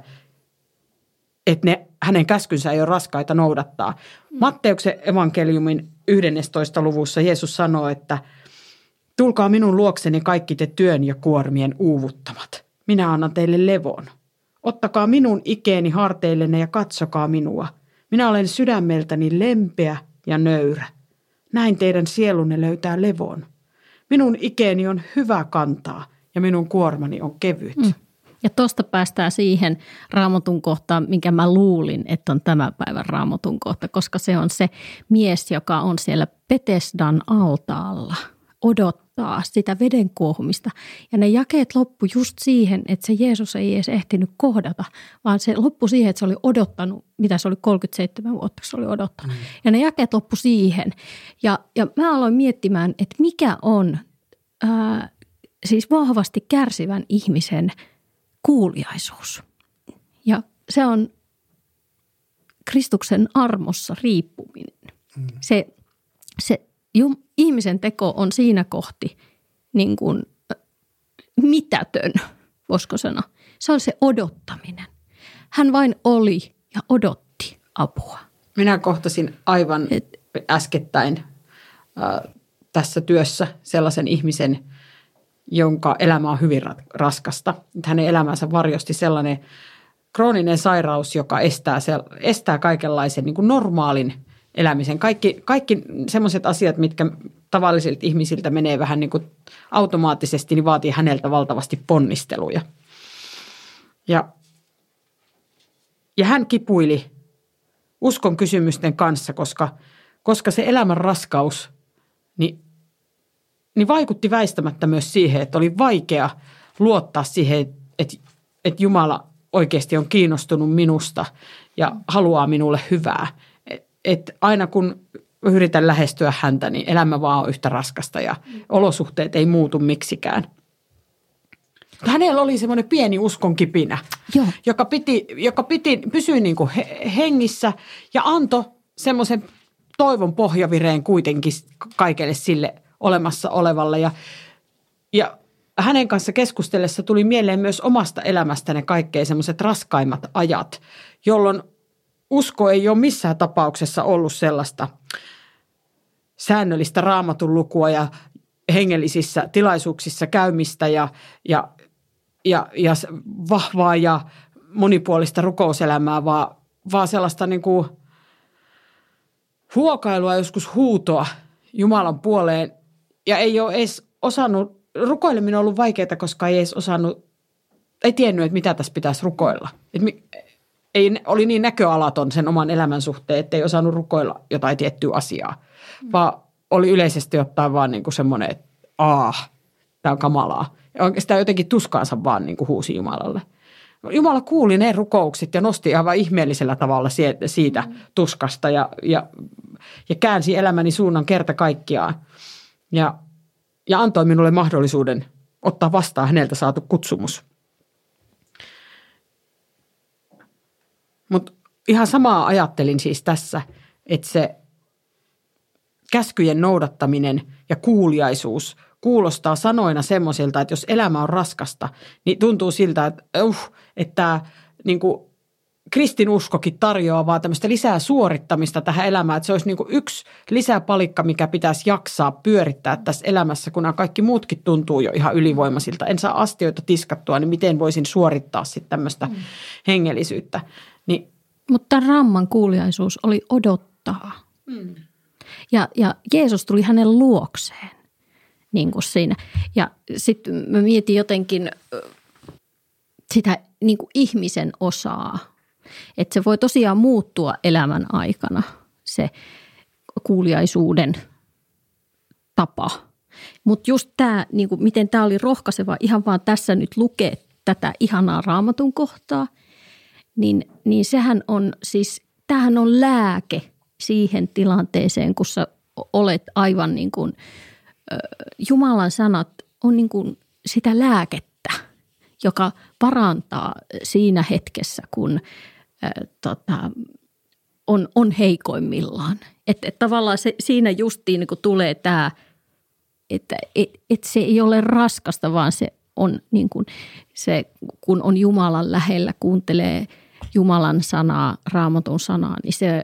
että ne, hänen käskynsä ei ole raskaita noudattaa. Matteuksen evankeliumin yhdentoista luvussa Jeesus sanoo, että tulkaa minun luokseni kaikki te työn ja kuormien uuvuttamat. Minä annan teille levon. Ottakaa minun ikeeni harteillenne ja katsokaa minua. Minä olen sydämeltäni lempeä ja nöyrä. Näin teidän sielunne löytää levon. Minun ikeeni on hyvä kantaa ja minun kuormani on kevyt. Mm. Ja tuosta päästään siihen Raamatun kohtaan, minkä mä luulin, että on tämän päivän Raamatun kohta, koska se on se mies, joka on siellä Betesdan altaalla, odottaa sitä veden kuohumista. Ja ne jakeet loppu just siihen, että se Jeesus ei edes ehtinyt kohdata, vaan se loppu siihen, että se oli odottanut, mitä se oli kolmekymmentäseitsemän vuotta, se oli odottanut. Mm. Ja ne jakeet loppu siihen. Ja, ja mä aloin miettimään, että mikä on ää, siis vahvasti kärsivän ihmisen kuuliaisuus. Ja se on Kristuksen armossa riippuminen. Mm. Se, se jum, ihmisen teko on siinä kohti niin kuin mitätön, voisiko sanoa. Se on se odottaminen. Hän vain oli ja odotti apua. Minä kohtasin aivan Et, äskettäin äh, tässä työssä sellaisen ihmisen, jonka elämä on hyvin raskasta. Hänen elämänsä varjosti sellainen krooninen sairaus, joka estää, se, estää kaikenlaisen niin kuin normaalin elämisen. Kaikki, kaikki sellaiset asiat, mitkä tavallisilta ihmisiltä menee vähän niin kuin automaattisesti, niin vaatii häneltä valtavasti ponnisteluja. Ja, ja hän kipuili uskon kysymysten kanssa, koska, koska se elämän raskaus, niin niin vaikutti väistämättä myös siihen, että oli vaikea luottaa siihen, että, että Jumala oikeasti on kiinnostunut minusta ja haluaa minulle hyvää. Että aina kun yritän lähestyä häntä, niin elämä vaan on yhtä raskasta ja olosuhteet ei muutu miksikään. Hänellä oli semmoinen pieni uskonkipinä, Joo. joka, piti, joka piti, pysyi niin kuin hengissä ja antoi semmoisen toivon pohjavireen kuitenkin kaikelle sille olemassa olevalle. Ja, ja hänen kanssa keskustellessa tuli mieleen myös omasta elämästä ne kaikkein semmoiset raskaimmat ajat, jolloin usko ei ole missään tapauksessa ollut sellaista säännöllistä raamatun lukua ja hengellisissä tilaisuuksissa käymistä ja, ja, ja, ja vahvaa ja monipuolista rukouselämää, vaan, vaan sellaista niin kuin huokailua, joskus huutoa Jumalan puoleen. Ja ei ole edes osannut, rukoileminen on ollut vaikeaa, koska ei edes osannut, ei tiennyt, että mitä tässä pitäisi rukoilla. Et mi, ei, oli niin näköalaton sen oman elämän suhteen, että ei osannut rukoilla jotain tiettyä asiaa. Mm. Vaan oli yleisesti ottaen vaan niin kuin semmoinen, että aah, tämä on kamalaa. Ja sitä jotenkin tuskaansa vaan niin kuin huusi Jumalalle. Jumala kuuli ne rukoukset ja nosti aivan ihmeellisellä tavalla siitä tuskasta ja, ja, ja käänsi elämäni suunnan kerta kaikkiaan. Ja, ja antoi minulle mahdollisuuden ottaa vastaan häneltä saatu kutsumus. Mutta ihan samaa ajattelin siis tässä, että se käskyjen noudattaminen ja kuuliaisuus kuulostaa sanoina semmoisilta, että jos elämä on raskasta, niin tuntuu siltä, että, uh, että niin kuin kristinuskokin tarjoaa vaan tämmöistä lisää suorittamista tähän elämään, että se olisi niin kuin yksi lisäpalikka, mikä pitäisi jaksaa pyörittää tässä elämässä, kun nämä kaikki muutkin tuntuu jo ihan ylivoimaisilta. En saa astioita tiskattua, niin miten voisin suorittaa sitten tämmöistä mm. hengellisyyttä. Niin, mutta Ramman kuuliaisuus oli odottaa. Mm. Ja, ja Jeesus tuli hänen luokseen niin kuin siinä. Ja sitten mä mietin jotenkin sitä niin kuin ihmisen osaa. Että se voi tosiaan muuttua elämän aikana, se kuuliaisuuden tapa. Mutta just tämä, niin kuin miten tämä oli rohkaiseva ihan vaan tässä nyt lukea tätä ihanaa Raamatun kohtaa, niin, niin sehän on siis, tämähän on lääke siihen tilanteeseen, kun sä olet aivan niin kuin, Jumalan sanat on niin kuin sitä lääkettä, joka parantaa siinä hetkessä, kun ä, tota, on, on heikoimmillaan. Että et tavallaan se, siinä justiin niin kuin tulee tämä, että et, et se ei ole raskasta, vaan se on niin kuin se, kun on Jumalan lähellä, kuuntelee Jumalan sanaa, Raamatun sanaa, niin se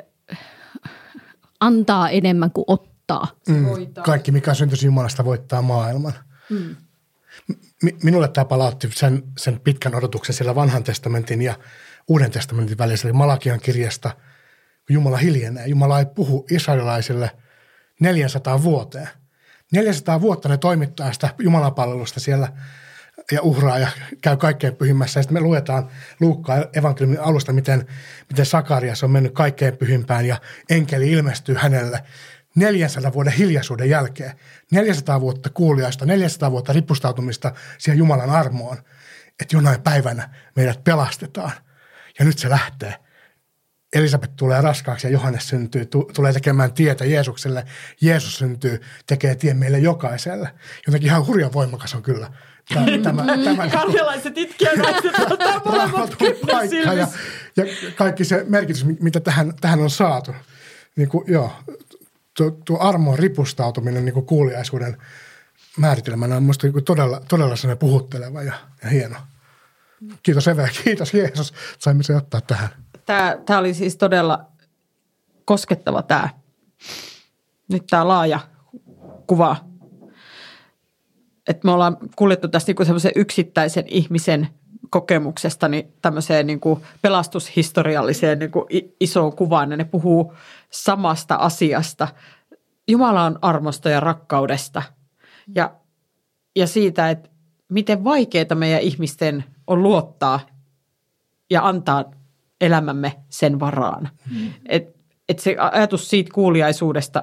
antaa enemmän kuin ottaa. Mm, kaikki, mikä syntyisi Jumalasta, voittaa maailman. Mm. Minulle tämä palautti sen, sen pitkän odotuksen siellä vanhan testamentin ja uuden testamentin välissä, eli Malakian kirjasta, kun Jumala hiljenee. Jumala ei puhu israelilaisille neljäsataa vuoteen. neljäsataa vuotta ne toimittaa sitä Jumalapalvelusta siellä ja uhraa ja käy kaikkein pyhimmässä. Ja sitten me luetaan Luukkaan evankeliumin alusta, miten, miten Sakarias on mennyt kaikkein pyhimpään ja enkeli ilmestyy hänelle neljänsadan vuoden hiljaisuuden jälkeen. neljäsataa vuotta kuuliaista, neljäsataa vuotta ripustautumista siihen Jumalan armoon, että jonain päivänä meidät pelastetaan. Ja nyt se lähtee. Elisabet tulee raskaaksi ja Johannes syntyy, tulee tekemään tietä Jeesukselle. Jeesus syntyy, tekee tien meille jokaiselle. Jotenkin ihan hurjan voimakas on kyllä. Tämä, tämä, tämä, Karjalaiset itkiä naiset ottaa molemmat kypnän ja, ja kaikki se merkitys, mitä tähän, tähän on saatu. Niin kuin, joo, tuo, tuo armon ripustautuminen niin kuin kuuliaisuuden määritelmänä on minusta niin todella, todella sellainen puhutteleva ja, ja hieno. Kiitos Eve, kiitos Jeesus, saimme se ottaa tähän. Tämä, tämä oli siis todella koskettava tämä, nyt tämä laaja kuva. Että me ollaan kuljettu tästä niin semmoisen yksittäisen ihmisen kokemuksesta niin tämmöiseen niin kuin pelastushistorialliseen niin kuin isoon kuvaan. Ja ne puhuu samasta asiasta. Jumala on armosta ja rakkaudesta ja, ja siitä, että miten vaikeaa meidän ihmisten on luottaa ja antaa elämämme sen varaan. Mm. Että et se ajatus siitä kuuliaisuudesta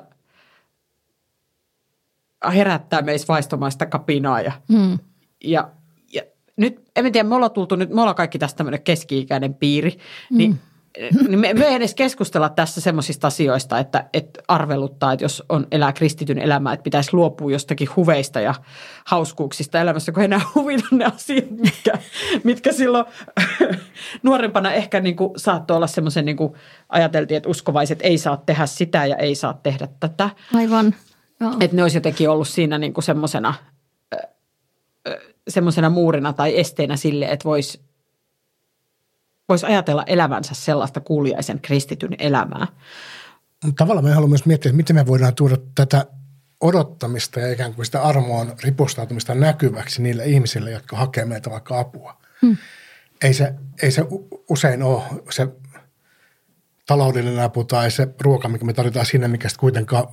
herättää meissä vaistomaista kapinaa. Ja, mm. ja, ja nyt, en tiedä, me ollaan tultu nyt, me ollaan kaikki tästä tämmöinen keski-ikäinen piiri, mm. niin, niin me, me ei edes keskustella tässä semmoisista asioista, että, että arveluttaa, että jos on elää kristityn elämää, että pitäisi luopua jostakin huveista ja hauskuuksista elämässä, kun ei enää huvita ne asiat, mitkä, mitkä silloin nuorempana ehkä niin kuin saattoi olla semmoisen, niin kuin ajateltiin, että uskovaiset ei saa tehdä sitä ja ei saa tehdä tätä. Aivan. Joo. Että ne olisi jotenkin ollut siinä niin kuin semmoisena, semmoisena muurina tai esteenä sille, että voisi vois ajatella elävänsä sellaista kuuliaisen kristityn elämää. Tavallaan me haluamme myös miettiä, että miten me voidaan tuoda tätä odottamista ja ikään kuin sitä armoon ripustautumista näkyväksi niille ihmisille, jotka hakee meiltä vaikka apua. Hmm. Ei se, ei se usein ole se taloudellinen apu tai se ruoka, mikä me tarvitaan siinä, mikä sitten kuitenkaan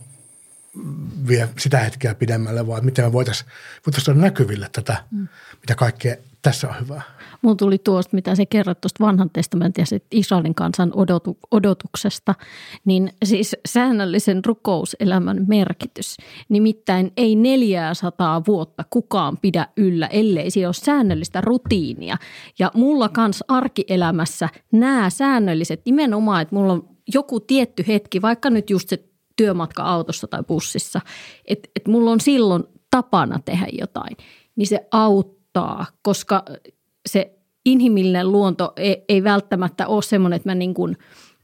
vie sitä hetkeä pidemmälle, vaan miten me voitaisiin voitais tuoda näkyville tätä, mm. mitä kaikkea Tässä on hyvä. Mun tuli tuosta, mitä se kerrot tuosta vanhan testamentin ja sitten Israelin kansan odotu, odotuksesta, niin siis säännöllisen rukouselämän merkitys. Nimittäin ei neljäsataa vuotta kukaan pidä yllä, ellei siinä ole säännöllistä rutiinia. Ja mulla kans arkielämässä nämä säännölliset nimenomaan, että mulla on joku tietty hetki, vaikka nyt just se työmatka autossa tai bussissa, että, että mulla on silloin tapana tehdä jotain, niin se auttaa, koska se inhimillinen luonto ei, ei välttämättä ole semmoinen, että mä niin kuin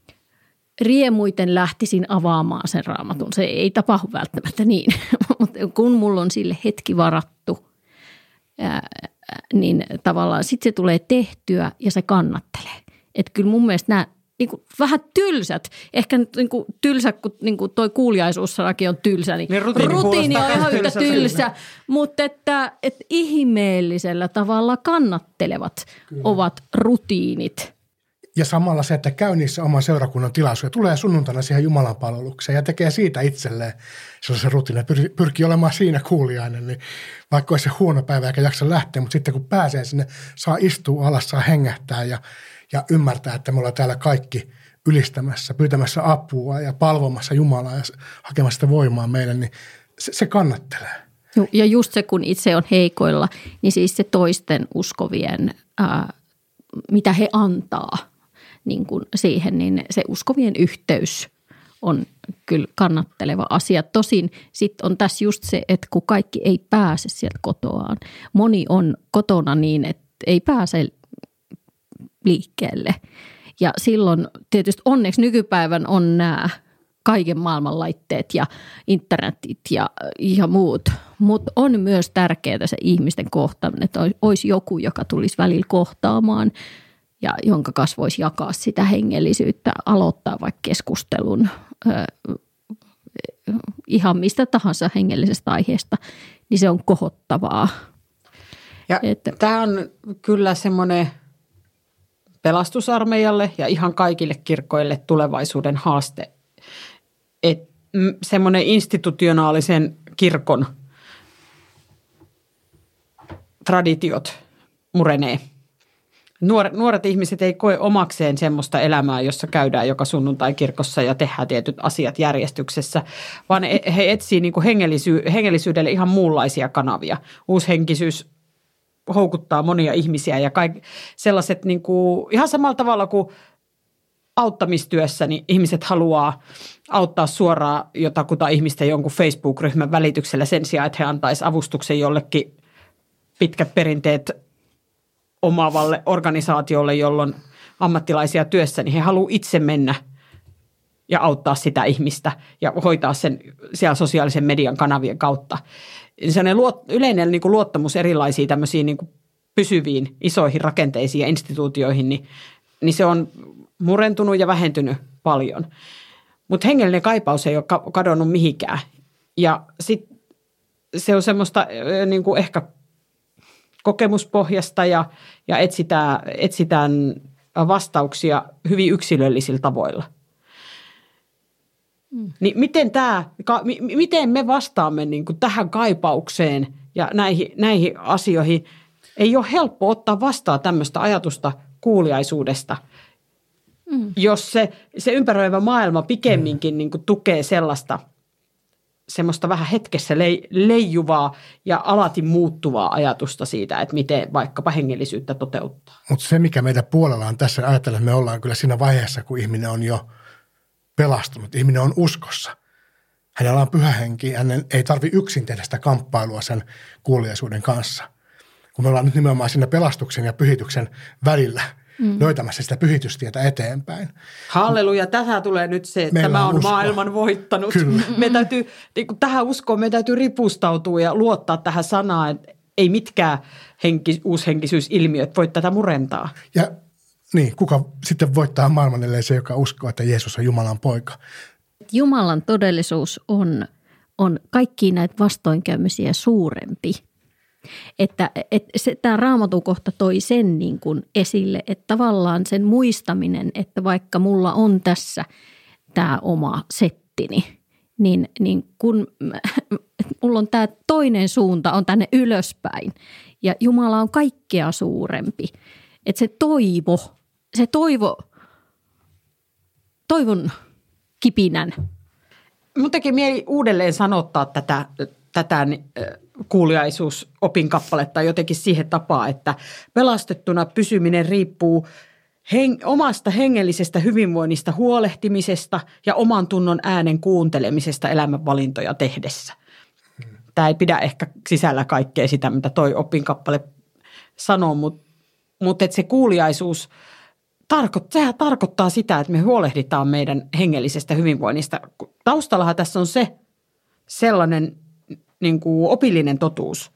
riemuiten lähtisin avaamaan sen raamatun. Se ei tapahdu välttämättä niin, mutta kun mulla on sille hetki varattu, ää, niin tavallaan sitten se tulee tehtyä ja se kannattelee. Että kyllä mun mielestä nämä niin kuin vähän tylsät, ehkä niin kuin tylsä, kun niin kuin toi kuuliaisuussanakin on tylsä, niin, niin rutiini, rutiini on ihan yhtä tylsä, mutta että, että ihmeellisellä tavalla kannattelevat Kyllä. ovat rutiinit. Ja samalla se, että käy niissä oman seurakunnan tilaisuja, tulee sunnuntaina siihen Jumalan palvelukseen ja tekee siitä itselleen sellaisen rutiinin, pyr- pyrkii olemaan siinä kuulijainen, niin vaikka olisi se huono päivä eikä jaksa lähteä, mutta sitten kun pääsee sinne, saa istua alas, saa hengähtää ja Ja ymmärtää, että me ollaan täällä kaikki ylistämässä, pyytämässä apua ja palvomassa Jumalaa ja hakemassa sitä voimaa meille, niin se, se kannattelee. Ja just se, kun itse on heikoilla, niin siis se toisten uskovien, ää, mitä he antaa niin kuin siihen, niin se uskovien yhteys on kyllä kannatteleva asia. Tosin sitten on tässä just se, että kun kaikki ei pääse sieltä kotoaan. Moni on kotona niin, että ei pääse liikkeelle. Ja silloin tietysti onneksi nykypäivän on nämä kaiken maailman laitteet ja internetit ja, ja muut. Mutta on myös tärkeää se ihmisten kohtaaminen, että olisi joku, joka tulisi välillä kohtaamaan ja jonka kanssa voisi jakaa sitä hengellisyyttä, aloittaa vaikka keskustelun ö, ihan mistä tahansa hengellisestä aiheesta, niin se on kohottavaa. Ja tämä on kyllä semmoinen pelastusarmeijalle ja ihan kaikille kirkkoille tulevaisuuden haaste, että semmoinen institutionaalisen kirkon traditiot murenee. Nuoret, nuoret ihmiset ei koe omakseen semmoista elämää, jossa käydään joka sunnuntai kirkossa ja tehdään tietyt asiat järjestyksessä, vaan he etsii niin kuin hengellisy- hengellisyydelle ihan muunlaisia kanavia. Uushenkisyys houkuttaa monia ihmisiä ja kaik, sellaiset niin kuin, ihan samalla tavalla kuin auttamistyössä, niin ihmiset haluaa auttaa suoraan jotakuta ihmistä jonkun Facebook-ryhmän välityksellä sen sijaan, että he antaisi avustuksen jollekin pitkät perinteet omaavalle organisaatiolle, jolloin ammattilaisia työssä, niin he haluaa itse mennä ja auttaa sitä ihmistä ja hoitaa sen siellä sosiaalisen median kanavien kautta. Sellainen luot, yleinen niin kuin luottamus erilaisiin tämmöisiin niin kuin pysyviin isoihin rakenteisiin ja instituutioihin, niin, niin se on murentunut ja vähentynyt paljon. Mutta hengellinen kaipaus ei ole kadonnut mihinkään. Ja sitten se on semmoista niin kuin ehkä kokemuspohjasta ja, ja etsitään, etsitään vastauksia hyvin yksilöllisillä tavoilla. Mm. Niin miten, tämä, miten me vastaamme niin kuin tähän kaipaukseen ja näihin, näihin asioihin? Ei ole helppo ottaa vastaan tämmöistä ajatusta kuuliaisuudesta, mm. jos se, se ympäröivä maailma pikemminkin mm. niin kuin tukee sellaista semmoista vähän hetkessä leijuvaa ja alati muuttuvaa ajatusta siitä, että miten vaikkapa hengellisyyttä toteuttaa. Mutta se, mikä meidän puolella on tässä, ajatellen, me ollaan kyllä siinä vaiheessa, kun ihminen on jo pelastunut. Ihminen on uskossa. Hänellä on pyhä henki. Hänen ei tarvitse yksin tehdä sitä kamppailua sen kuuliaisuuden kanssa. Kun me ollaan nyt nimenomaan siinä pelastuksen ja pyhityksen välillä mm. löytämässä sitä pyhitystietä eteenpäin. Halleluja. Tähän tulee nyt se, että meillä tämä on, on maailman voittanut. Kyllä. Me täytyy, niin kuin tähän uskoon me täytyy ripustautua ja luottaa tähän sanaan, että ei mitkään henki, uushenkisyysilmiöt voi tätä murentaa. Ja niin, kuka sitten voittaa maailman, ellei se, joka uskoo, että Jeesus on Jumalan poika. Jumalan todellisuus on, on kaikkiin näitä vastoinkäymisiä suurempi. Että, että se, tämä Raamatun kohta toi sen niin kuin esille, että tavallaan sen muistaminen, että vaikka mulla on tässä tämä oma settini, niin, niin kun mulla on tämä toinen suunta on tänne ylöspäin ja Jumala on kaikkea suurempi. Että se toivo, se toivo, toivon kipinän. Mun teki mieli uudelleen sanottaa tätä, tätä kuuliaisuusopinkappaletta jotenkin siihen tapaan, että pelastettuna pysyminen riippuu heng- omasta hengellisestä hyvinvoinnista huolehtimisesta ja oman tunnon äänen kuuntelemisesta elämänvalintoja tehdessä. Tämä ei pidä ehkä sisällä kaikkea sitä, mitä toi opinkappale sanoo, mutta, mutta että se kuuliaisuus tarkoittaa, sehän tarkoittaa sitä, että me huolehditaan meidän hengellisestä hyvinvoinnista. Taustallahan tässä on se sellainen niin kuin opillinen totuus,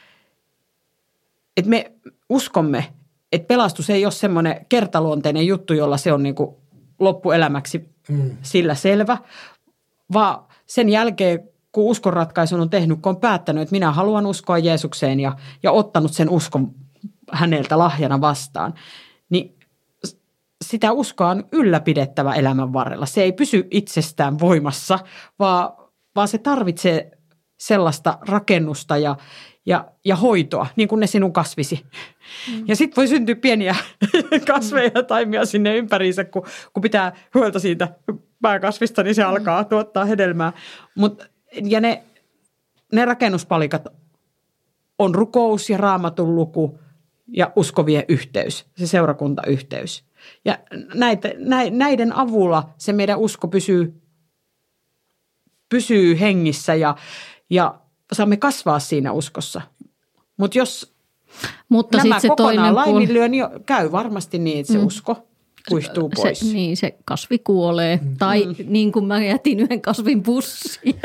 että me uskomme, että pelastus ei ole semmoinen kertaluonteinen juttu, jolla se on niin kuin loppuelämäksi mm. sillä selvä, vaan sen jälkeen, kun uskonratkaisun on tehnyt, kun on päättänyt, että minä haluan uskoa Jeesukseen ja, ja ottanut sen uskon häneltä lahjana vastaan, niin sitä uskoa on ylläpidettävä elämän varrella. Se ei pysy itsestään voimassa, vaan, vaan se tarvitsee sellaista rakennusta ja, ja, ja hoitoa, niin kuin ne sinun kasvisi. Mm. Ja sitten voi syntyä pieniä kasveja ja taimia sinne ympäriinsä, kun, kun pitää huolta siitä pääkasvista, niin se alkaa tuottaa hedelmää. Mut, ja ne, ne rakennuspalikat on rukous ja raamatun luku ja uskovien yhteys, se seurakuntayhteys. Ja näiden avulla se meidän usko pysyy, pysyy hengissä ja, ja saamme kasvaa siinä uskossa. Mut jos Mutta nämä se kokonaan laiminlyö, niin käy varmasti niin, että se mm. usko kuihtuu pois. Se, niin, se kasvi kuolee. Mm. Tai mm. niin kuin mä jätin yhden kasvin pussiin.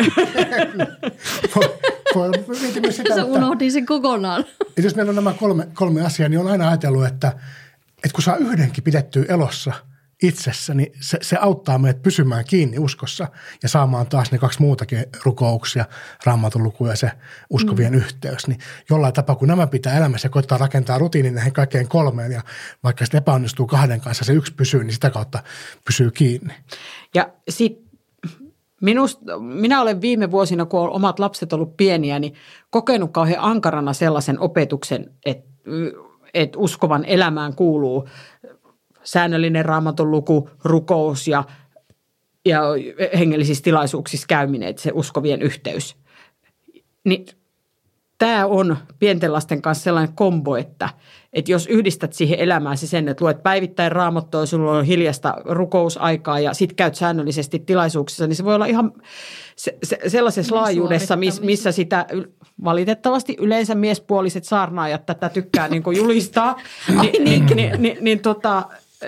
Sä unohdin sen kokonaan. Ja jos meillä on nämä kolme, kolme asiaa, niin on aina ajatellut, että, että kun saa yhdenkin pidettyä elossa itsessä, niin se, se auttaa meidät pysymään kiinni uskossa ja saamaan taas ne kaksi muutakin rukouksia, raamatun luku ja se uskovien mm. yhteys. Niin jollain tapaa, kun nämä pitää elämässä ja koittaa rakentaa rutiinin näihin kaikkeen kolmeen ja vaikka sitten epäonnistuu kahden kanssa, se yksi pysyy, niin sitä kautta pysyy kiinni. Ja sitten Minusta, minä olen viime vuosina, kun on omat lapset ollut pieniä, niin kokenut kauhean ankarana sellaisen opetuksen, että, että uskovan elämään kuuluu säännöllinen raamatun luku, rukous ja, ja hengellisissä tilaisuuksissa käyminen, että se uskovien yhteys. Niin, tämä on pienten lasten kanssa sellainen kombo, että, että jos yhdistät siihen elämääsi sen, että luet päivittäin raamattua, sulla on hiljasta rukousaikaa ja sit käyt säännöllisesti tilaisuuksissa, niin se voi olla ihan se, se, sellaisessa niin laajuudessa, miss, missä sitä valitettavasti yleensä miespuoliset saarnaajat tätä tykkää niin kuin julistaa, niin, niin, niin, niin, niin, tota,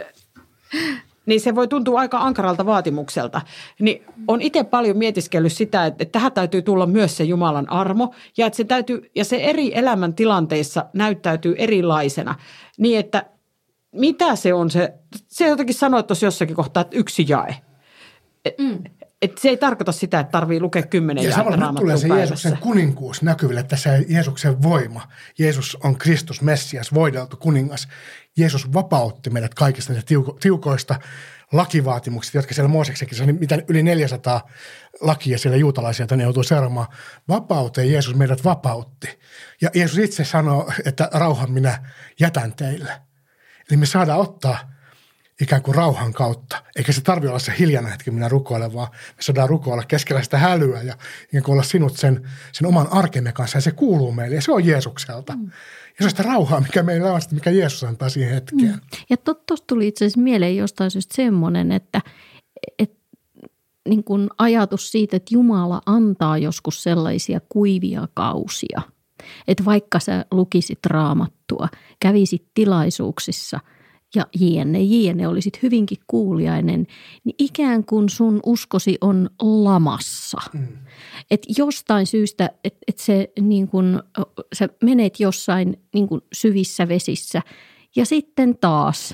niin se voi tuntua aika ankaralta vaatimukselta. Niin on itse paljon mietiskellyt sitä, että tähän täytyy tulla myös se Jumalan armo ja, että se, täytyy, ja se eri elämäntilanteissa näyttäytyy erilaisena niin, että mitä se on se, se jotenkin sanoit tuossa jossakin kohtaa, että yksi jae. Et, mm. et se ei tarkoita sitä, että tarvitsee lukea kymmenen jaetta raamattua päivässä. Ja samalla tulee se Jeesuksen kuninkuus näkyville, että se Jeesuksen voima. Jeesus on Kristus, Messias, voideltu kuningas. Jeesus vapautti meidät kaikista tiuko, tiukoista lakivaatimuksista, jotka siellä Mooseksenkin, se on mitä yli neljäsataa lakia siellä juutalaisia, joita ne joutuu seuraamaan. Vapauteen Jeesus meidät vapautti. Ja Jeesus itse sanoo, että rauhan minä jätän teille. Eli me saadaan ottaa ikään kuin rauhan kautta. Eikä se tarvitse olla se hiljainen hetki, minä rukoilen, vaan me saadaan rukoilla keskellä sitä hälyä ja ikään kuin olla sinut sen, sen oman arkemme kanssa. Ja se kuuluu meille ja se on Jeesukselta. Mm. Ja se on sitä rauhaa, mikä meillä on, mikä Jeesus antaa siihen hetkeen. Mm. Ja tuosta tuli itse asiassa mieleen jostain syystä semmoinen, että, että niin kuin ajatus siitä, että Jumala antaa joskus sellaisia kuivia kausia. Että vaikka sä lukisit raamattua, kävisit tilaisuuksissa ja jienne, jienne, olisit hyvinkin kuuliainen, niin ikään kuin sun uskosi on lamassa. Mm. Että jostain syystä, että et se niin kun, sä menet jossain niin kun syvissä vesissä ja sitten taas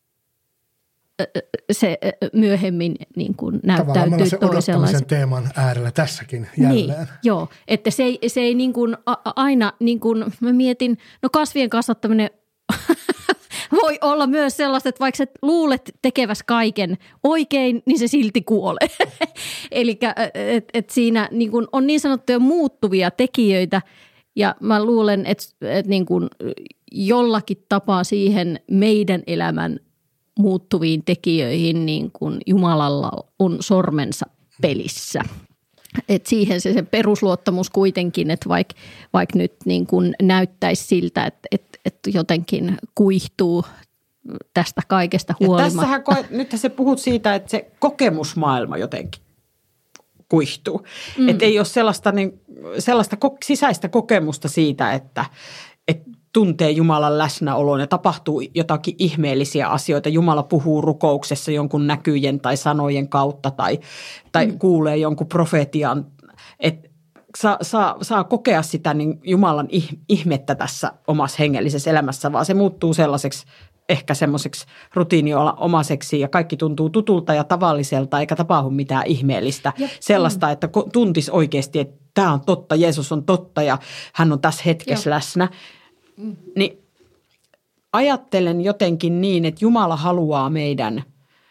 se myöhemmin niin kun näyttäytyy se odottamisen teeman äärellä tässäkin jälleen. Niin, joo, että se ei, se ei niin kun aina, niin kun mä mietin, no kasvien kasvattaminen voi olla myös sellaista, että vaikka sä luulet tekeväs kaiken oikein, niin se silti kuolee. Eli et, et siinä niin kun on niin sanottuja muuttuvia tekijöitä, ja mä luulen, että et niin kun jollakin tapaa siihen meidän elämän muuttuviin tekijöihin niin kun Jumalalla on sormensa pelissä. Et siihen se, se perusluottamus kuitenkin, että vaikka vaik nyt niin kun näyttäisi siltä, että et, et jotenkin kuihtuu tästä kaikesta huolimatta. Ja tässähän, nythän se puhut siitä, että se kokemusmaailma jotenkin kuihtuu. Mm. Että ei ole sellaista, niin, sellaista sisäistä kokemusta siitä, että, että tuntee Jumalan läsnäolon ja tapahtuu jotakin ihmeellisiä asioita. Jumala puhuu rukouksessa jonkun näkyjen tai sanojen kautta tai, tai mm. kuulee jonkun profetian. Että saa, saa, saa kokea sitä niin Jumalan ihmettä tässä omassa hengellisessä elämässä, vaan se muuttuu sellaiseksi ehkä semmoiseksi rutiiniomaseksi ja kaikki tuntuu tutulta ja tavalliselta eikä tapahdu mitään ihmeellistä. Jep. Sellaista, että tuntisi oikeasti, että tämä on totta, Jeesus on totta ja hän on tässä hetkessä Jep. läsnä. Mm. Niin ajattelen jotenkin niin, että Jumala haluaa meidän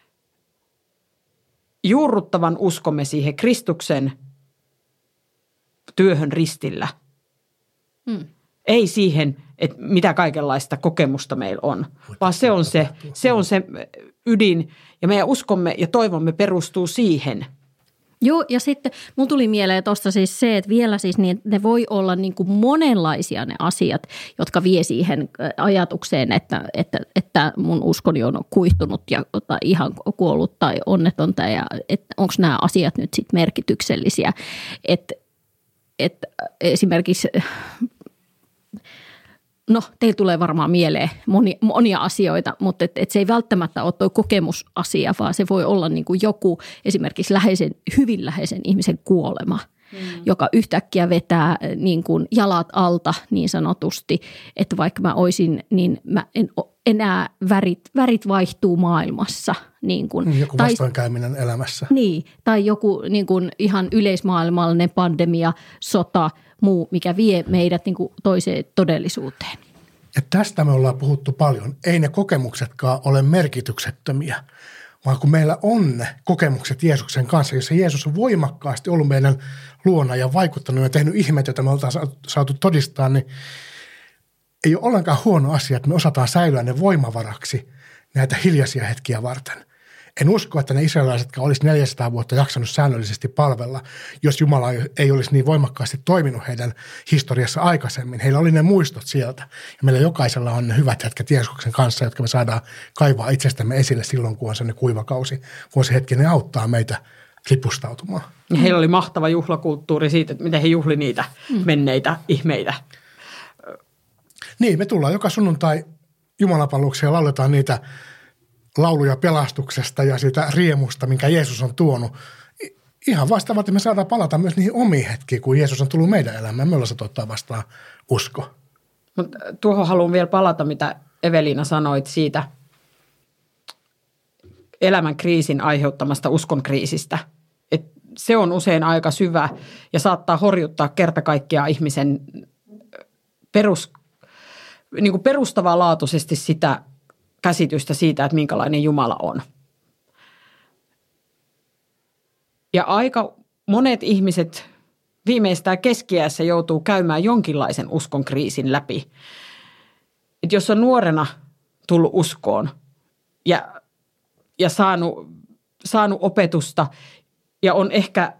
juurruttavan uskomme siihen Kristuksen työhön ristillä. Mm. Ei siihen, että mitä kaikenlaista kokemusta meillä on, vaan se on se, se on se ydin ja meidän uskomme ja toivomme perustuu siihen. Joo, ja sitten mun tuli mieleen tuosta siis se, että vielä siis niin, ne voi olla niin kuin monenlaisia ne asiat, jotka vie siihen ajatukseen, että, että, että mun uskoni on kuihtunut ja tai ihan kuollut tai onnetonta ja että onko nämä asiat nyt sitten merkityksellisiä. Että et esimerkiksi, no teillä tulee varmaan mieleen monia, monia asioita, mutta et, et se ei välttämättä ole tuo kokemusasia, vaan se voi olla niin kuin joku esimerkiksi läheisen, hyvin läheisen ihmisen kuolema, mm. joka yhtäkkiä vetää niin kuin jalat alta niin sanotusti, että vaikka mä olisin, niin mä en enää värit, värit vaihtuu maailmassa. Niin kuin, joku vastoinkäyminen elämässä. Niin, tai joku niin kuin ihan yleismaailmallinen pandemia, sota, muu, mikä vie meidät niin kuin toiseen todellisuuteen. Ja tästä me ollaan puhuttu paljon. Ei ne kokemuksetkaan ole merkityksettömiä, vaan kun meillä on ne kokemukset Jeesuksen kanssa, jossa Jeesus on voimakkaasti ollut meidän luona ja vaikuttanut ja tehnyt ihmeitä, joita me oltaan saatu todistaa, niin ei ole ollenkaan huono asia, että me osataan säilyä ne voimavaraksi näitä hiljaisia hetkiä varten. En usko, että ne israelilaisetkaan olisi neljäsataa vuotta jaksanut säännöllisesti palvella, jos Jumala ei olisi niin voimakkaasti toiminut heidän historiassa aikaisemmin. Heillä oli ne muistot sieltä. Ja meillä jokaisella on ne hyvät hetket Jeesuksen kanssa, jotka me saadaan kaivaa itsestämme esille silloin, kun on sellainen kuivakausi. Kun se hetki, ne auttaa meitä ripustautumaan. Heillä oli mahtava juhlakulttuuri siitä, että miten he juhli niitä menneitä ihmeitä. Niin, me tullaan joka sunnuntai jumalapalvelukseen ja lauletaan niitä lauluja pelastuksesta ja siitä riemusta, minkä Jeesus on tuonut. Ihan vastaavasti että me saadaan palata myös niihin omiin hetkiin, kun Jeesus on tullut meidän elämään. Me ollaan saatu ottaa vastaan usko. Mut tuohon haluan vielä palata, mitä Eveliina sanoit siitä elämän kriisin aiheuttamasta uskon kriisistä. Et se on usein aika syvä ja saattaa horjuttaa kerta kaikkiaan ihmisen perus, niin kuin perustavanlaatuisesti sitä käsitystä siitä, että minkälainen Jumala on. Ja aika monet ihmiset viimeistään keski-iässä joutuu käymään jonkinlaisen uskon kriisin läpi. Että jos on nuorena tullut uskoon ja, ja saanut, saanut opetusta ja on ehkä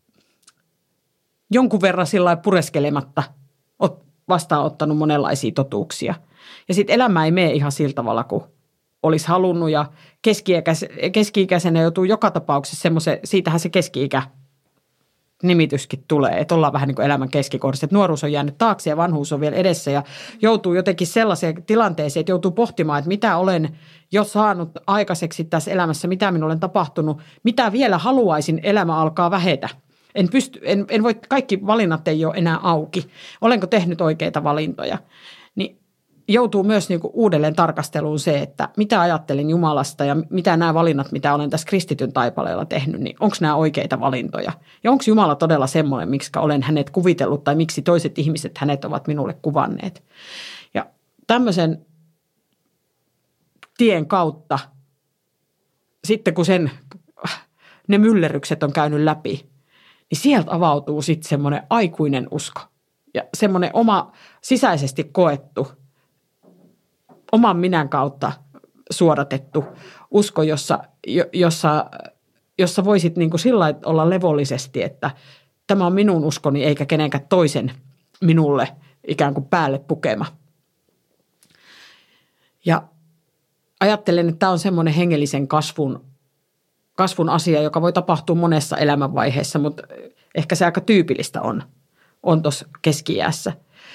jonkun verran sillä lailla pureskelematta vastaanottanut monenlaisia totuuksia. Ja sitten elämä ei mene ihan sillä tavalla, kuin olisi halunnut ja keski-ikäisenä joutuu joka tapauksessa semmoisen, siitähän se keski-ikä nimityskin tulee, että ollaan vähän niin kuin elämän keskikohdassa, että nuoruus on jäänyt taakse ja vanhuus on vielä edessä ja joutuu jotenkin sellaiseen tilanteeseen, että joutuu pohtimaan, että mitä olen jo saanut aikaiseksi tässä elämässä, mitä minulle on tapahtunut, mitä vielä haluaisin, elämä alkaa vähetä. En, pysty, en, en voi, kaikki valinnat ei ole enää auki. Olenko tehnyt oikeita valintoja? Niin joutuu myös niin kuin uudelleen tarkasteluun se, että mitä ajattelin Jumalasta ja mitä nämä valinnat, mitä olen tässä kristityn taipaleella tehnyt, niin onko nämä oikeita valintoja? Ja onko Jumala todella semmoinen, miksi olen hänet kuvitellut tai miksi toiset ihmiset hänet ovat minulle kuvanneet? Ja tämmöisen tien kautta, sitten kun sen, ne myllerrykset on käynyt läpi, niin sieltä avautuu sitten semmoinen aikuinen usko ja semmoinen oma sisäisesti koettu, oman minän kautta suodatettu usko, jossa, jossa, jossa voisit niin kuin sillä lailla olla levollisesti, että tämä on minun uskoni eikä kenenkään toisen minulle ikään kuin päälle pukema. Ja ajattelen, että tämä on semmoinen hengellisen kasvun, kasvun asia, joka voi tapahtua monessa elämänvaiheessa, mutta ehkä se aika tyypillistä on, on tuossa keski-iässä.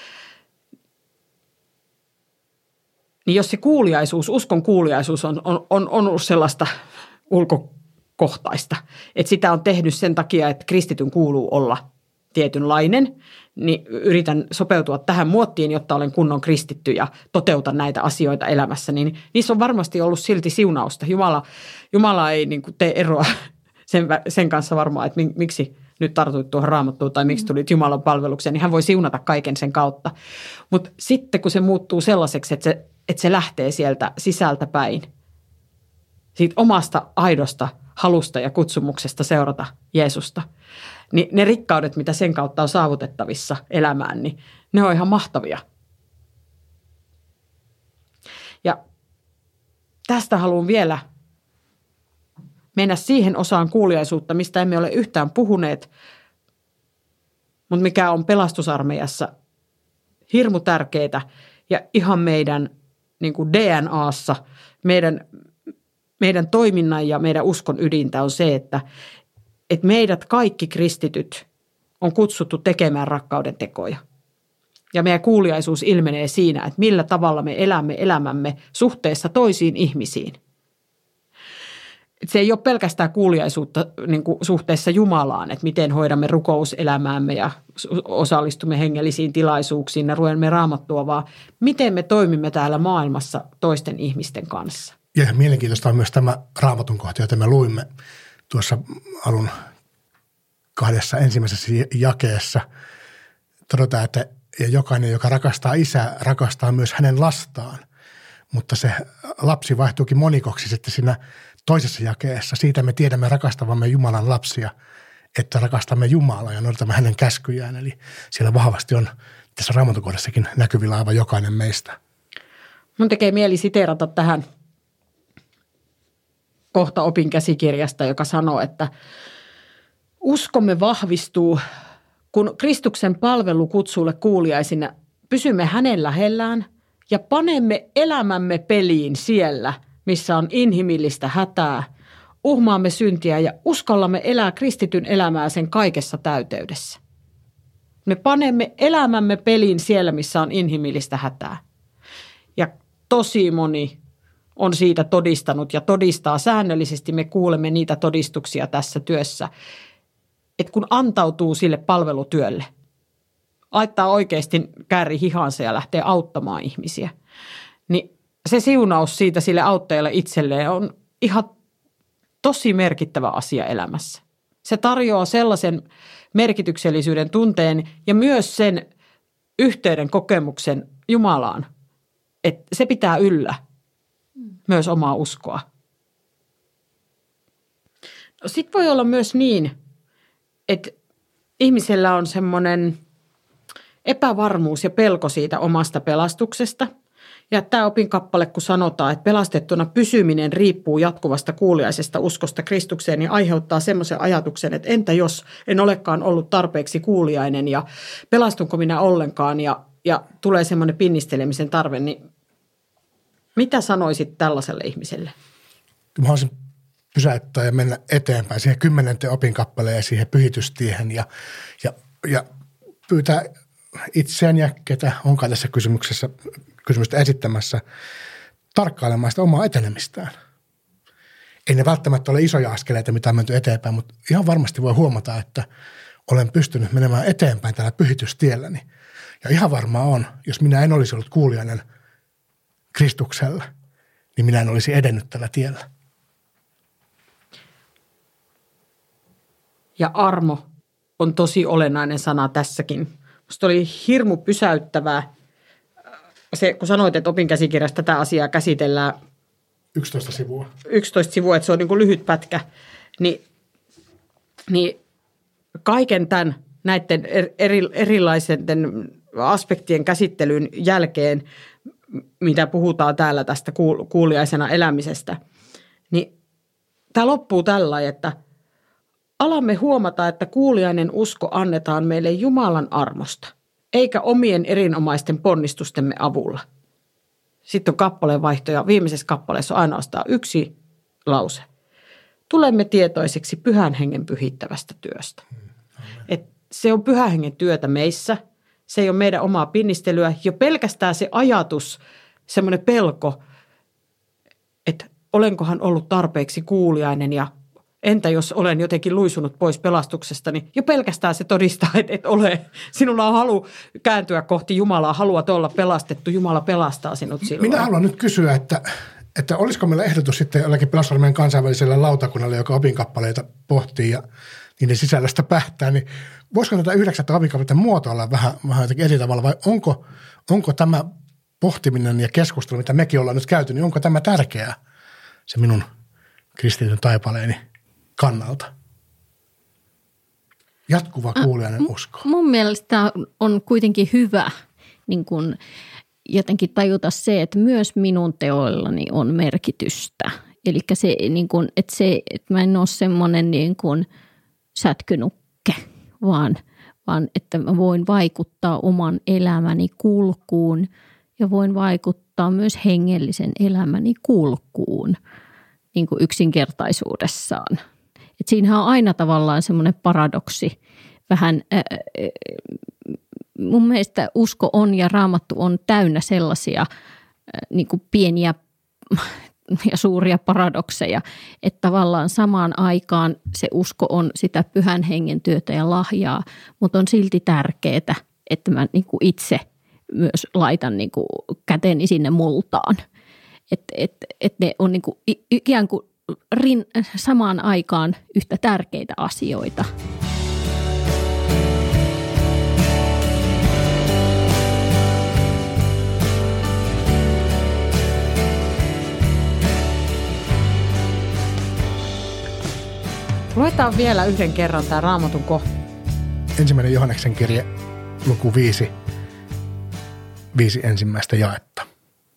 Niin jos se kuuliaisuus, uskon kuuliaisuus on, on, on, on ollut sellaista ulkokohtaista, että sitä on tehnyt sen takia, että kristityn kuuluu olla tietynlainen, niin yritän sopeutua tähän muottiin, jotta olen kunnon kristitty ja toteutan näitä asioita elämässä, niin niissä on varmasti ollut silti siunausta. Jumala, Jumala ei niin kuin tee eroa sen, sen kanssa varmaan, että miksi nyt tartuit tuohon Raamattuun tai miksi tulit Jumalan palvelukseen, niin hän voi siunata kaiken sen kautta. Mutta sitten kun se muuttuu sellaiseksi, että se, että se lähtee sieltä sisältä päin, siitä omasta aidosta halusta ja kutsumuksesta seurata Jeesusta, niin ne rikkaudet, mitä sen kautta on saavutettavissa elämään, niin ne on ihan mahtavia. Ja tästä haluan vielä mennä siihen osaan kuuliaisuutta, mistä emme ole yhtään puhuneet, mutta mikä on pelastusarmeijassa hirmu tärkeää ja ihan meidän niin kuin D N A:ssa, meidän, meidän toiminnan ja meidän uskon ydintä on se, että että meidät kaikki kristityt on kutsuttu tekemään rakkauden tekoja. Ja meidän kuuliaisuus ilmenee siinä, että millä tavalla me elämme elämämme suhteessa toisiin ihmisiin. Et se ei ole pelkästään kuuliaisuutta niin kuin suhteessa Jumalaan, että miten hoidamme rukouselämäämme ja osallistumme hengellisiin tilaisuuksiin ja ruemme Raamattua, vaan miten me toimimme täällä maailmassa toisten ihmisten kanssa. Ja mielenkiintoista on myös tämä Raamatun kohta, jota me luimme tuossa alun kahdessa ensimmäisessä jakeessa. Todetaan, että jokainen, joka rakastaa isää, rakastaa myös hänen lastaan. Mutta se lapsi vaihtuukin monikoksi sitten siinä toisessa jakeessa. Siitä me tiedämme rakastavamme Jumalan lapsia, että rakastamme Jumalaa ja noudatamme hänen käskyjään. Eli siellä vahvasti on tässä Raamatun kohdassakin näkyvillä aivan jokainen meistä. Mun tekee mieli siteerata tähän kohta opin käsikirjasta, joka sanoo, että uskomme vahvistuu, kun Kristuksen palvelukutsulle kuuliaisina pysymme hänen lähellään ja panemme elämämme peliin siellä, missä on inhimillistä hätää, uhmaamme syntiä ja uskallamme elää kristityn elämää sen kaikessa täyteydessä. Me panemme elämämme peliin siellä, missä on inhimillistä hätää. Ja tosi moni on siitä todistanut ja todistaa säännöllisesti. Me kuulemme niitä todistuksia tässä työssä, että kun antautuu sille palvelutyölle, laittaa oikeasti kääri hihansa ja lähtee auttamaan ihmisiä, niin se siunaus siitä sille auttajalle itselleen on ihan tosi merkittävä asia elämässä. Se tarjoaa sellaisen merkityksellisyyden tunteen ja myös sen yhteyden kokemuksen Jumalaan, että se pitää yllä myös omaa uskoa. No sitten voi olla myös niin, että ihmisellä on semmoinen epävarmuus ja pelko siitä omasta pelastuksesta. Ja tämä opinkappale, kun sanotaan, että pelastettuna pysyminen riippuu jatkuvasta kuuliaisesta uskosta Kristukseen, niin aiheuttaa semmoisen ajatuksen, että entä jos en olekaan ollut tarpeeksi kuuliainen ja pelastunko minä ollenkaan ja, ja tulee semmoinen pinnistelemisen tarve, niin mitä sanoisit tällaiselle ihmiselle? Mä haluaisin pysäyttää ja mennä eteenpäin siihen kymmenenteen opinkappaleen ja siihen pyhitystiehen ja, ja, ja pyytää itseään ja ketä onkaan tässä kysymyksessä, kysymystä esittämässä tarkkailemaan sitä omaa etenemistään. Ei ne välttämättä ole isoja askeleita, mitä on menty eteenpäin, mutta ihan varmasti voi huomata, että olen pystynyt menemään eteenpäin tällä pyhitystielläni. Ja ihan varmaa on, jos minä en olisi ollut kuulijainen Kristuksella, niin minä en olisi edennyt tällä tiellä. Ja armo on tosi olennainen sana tässäkin. Musta oli hirmu pysäyttävää se, kun sanoit, että opinkäsikirjassa tätä asiaa käsitellään yksitoista sivua. yksitoista sivua, että se on niin kuin lyhyt pätkä. Ni, niin kaiken tämän näiden eri, erilaisten aspektien käsittelyn jälkeen, mitä puhutaan täällä tästä kuuliaisena elämisestä, niin tämä loppuu tällä, että alamme huomata, että kuuliainen usko annetaan meille Jumalan armosta, eikä omien erinomaisten ponnistustemme avulla. Sitten on kappaleen vaihto ja viimeisessä kappaleessa on ainoastaan yksi lause. Tulemme tietoiseksi Pyhän Hengen pyhittävästä työstä. Et se on Pyhän Hengen työtä meissä. Se ei ole meidän omaa pinnistelyä. Jo pelkästään se ajatus, semmoinen pelko, että olenkohan ollut tarpeeksi kuuliainen ja entä jos olen jotenkin luisunut pois pelastuksesta, niin jo pelkästään se todistaa, että et ole. Sinulla on halu kääntyä kohti Jumalaa, haluat olla pelastettu. Jumala pelastaa sinut silloin. Minä haluan nyt kysyä, että, että olisiko meillä ehdotus sitten jollakin pelastusarmeijan kansainväliselle lautakunnalle, joka opinkappaleita pohtii ja niiden sisällöstä päättää, niin voisiko tätä yhdeksättä opinkappaletta muotoilla vähän, vähän jotenkin eri tavalla vai onko, onko tämä pohtiminen ja keskustelu, mitä mekin ollaan nyt käyty, niin onko tämä tärkeää se minun kristityn taipaleeni kannalta? Jatkuva kuulijainen äh, usko. Mun mielestä on kuitenkin hyvä niin kun jotenkin tajuta se, että myös minun teoillani on merkitystä. Eli se, niin kun, että, se, että mä en ole semmoinen niin kun sätkynukke, vaan, vaan että mä voin vaikuttaa oman elämäni kulkuun ja voin vaikuttaa myös hengellisen elämäni kulkuun niin kuin yksinkertaisuudessaan. Et siinähän on aina tavallaan semmoinen paradoksi vähän. Ää, mun mielestä usko on ja Raamattu on täynnä sellaisia ää, niin kuin pieniä ja suuria paradokseja, että tavallaan samaan aikaan se usko on sitä Pyhän Hengen työtä ja lahjaa, mutta on silti tärkeää, että mä niin kuin itse myös laitan niin kuin käteni sinne multaan. Että et, et ne on niin kuin ikään kuin rin, samaan aikaan yhtä tärkeitä asioita. Luetaan vielä yhden kerran tämä Raamatun kohta. Ensimmäinen Johanneksen kirje, luku viisi, viisi ensimmäistä jaetta.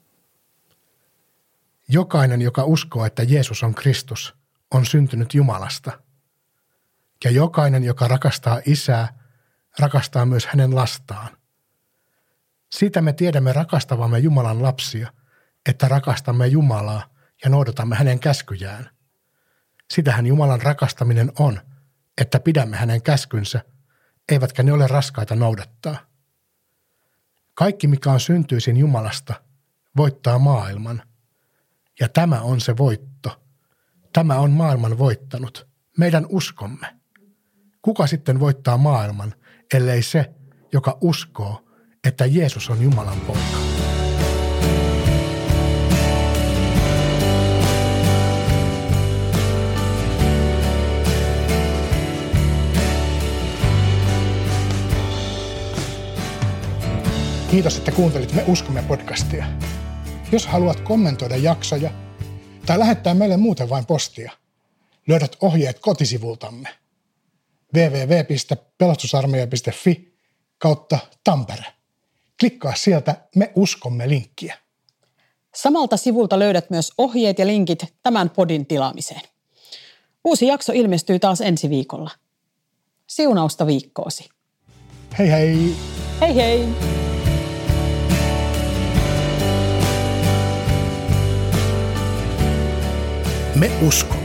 Jokainen, joka uskoo, että Jeesus on Kristus, on syntynyt Jumalasta. Ja jokainen, joka rakastaa Isää, rakastaa myös hänen lastaan. Siitä me tiedämme rakastavamme Jumalan lapsia, että rakastamme Jumalaa ja noudatamme hänen käskyjään. Sitähän Jumalan rakastaminen on, että pidämme hänen käskynsä, eivätkä ne ole raskaita noudattaa. Kaikki, mikä on syntyisin Jumalasta, voittaa maailman. Ja tämä on se voitto. Tämä on maailman voittanut, meidän uskomme. Kuka sitten voittaa maailman, ellei se, joka uskoo, että Jeesus on Jumalan poika? Kiitos, että kuuntelit Me uskomme podcastia. Jos haluat kommentoida jaksoja tai lähettää meille muuten vain postia, löydät ohjeet kotisivultamme double-u double-u double-u piste pelastusarmeija piste fi kautta Tampere. Klikkaa sieltä Me uskomme -linkkiä. Samalta sivulta löydät myös ohjeet ja linkit tämän podin tilaamiseen. Uusi jakso ilmestyy taas ensi viikolla. Siunausta viikkoosi. Hei hei! Hei hei! Me uskomme.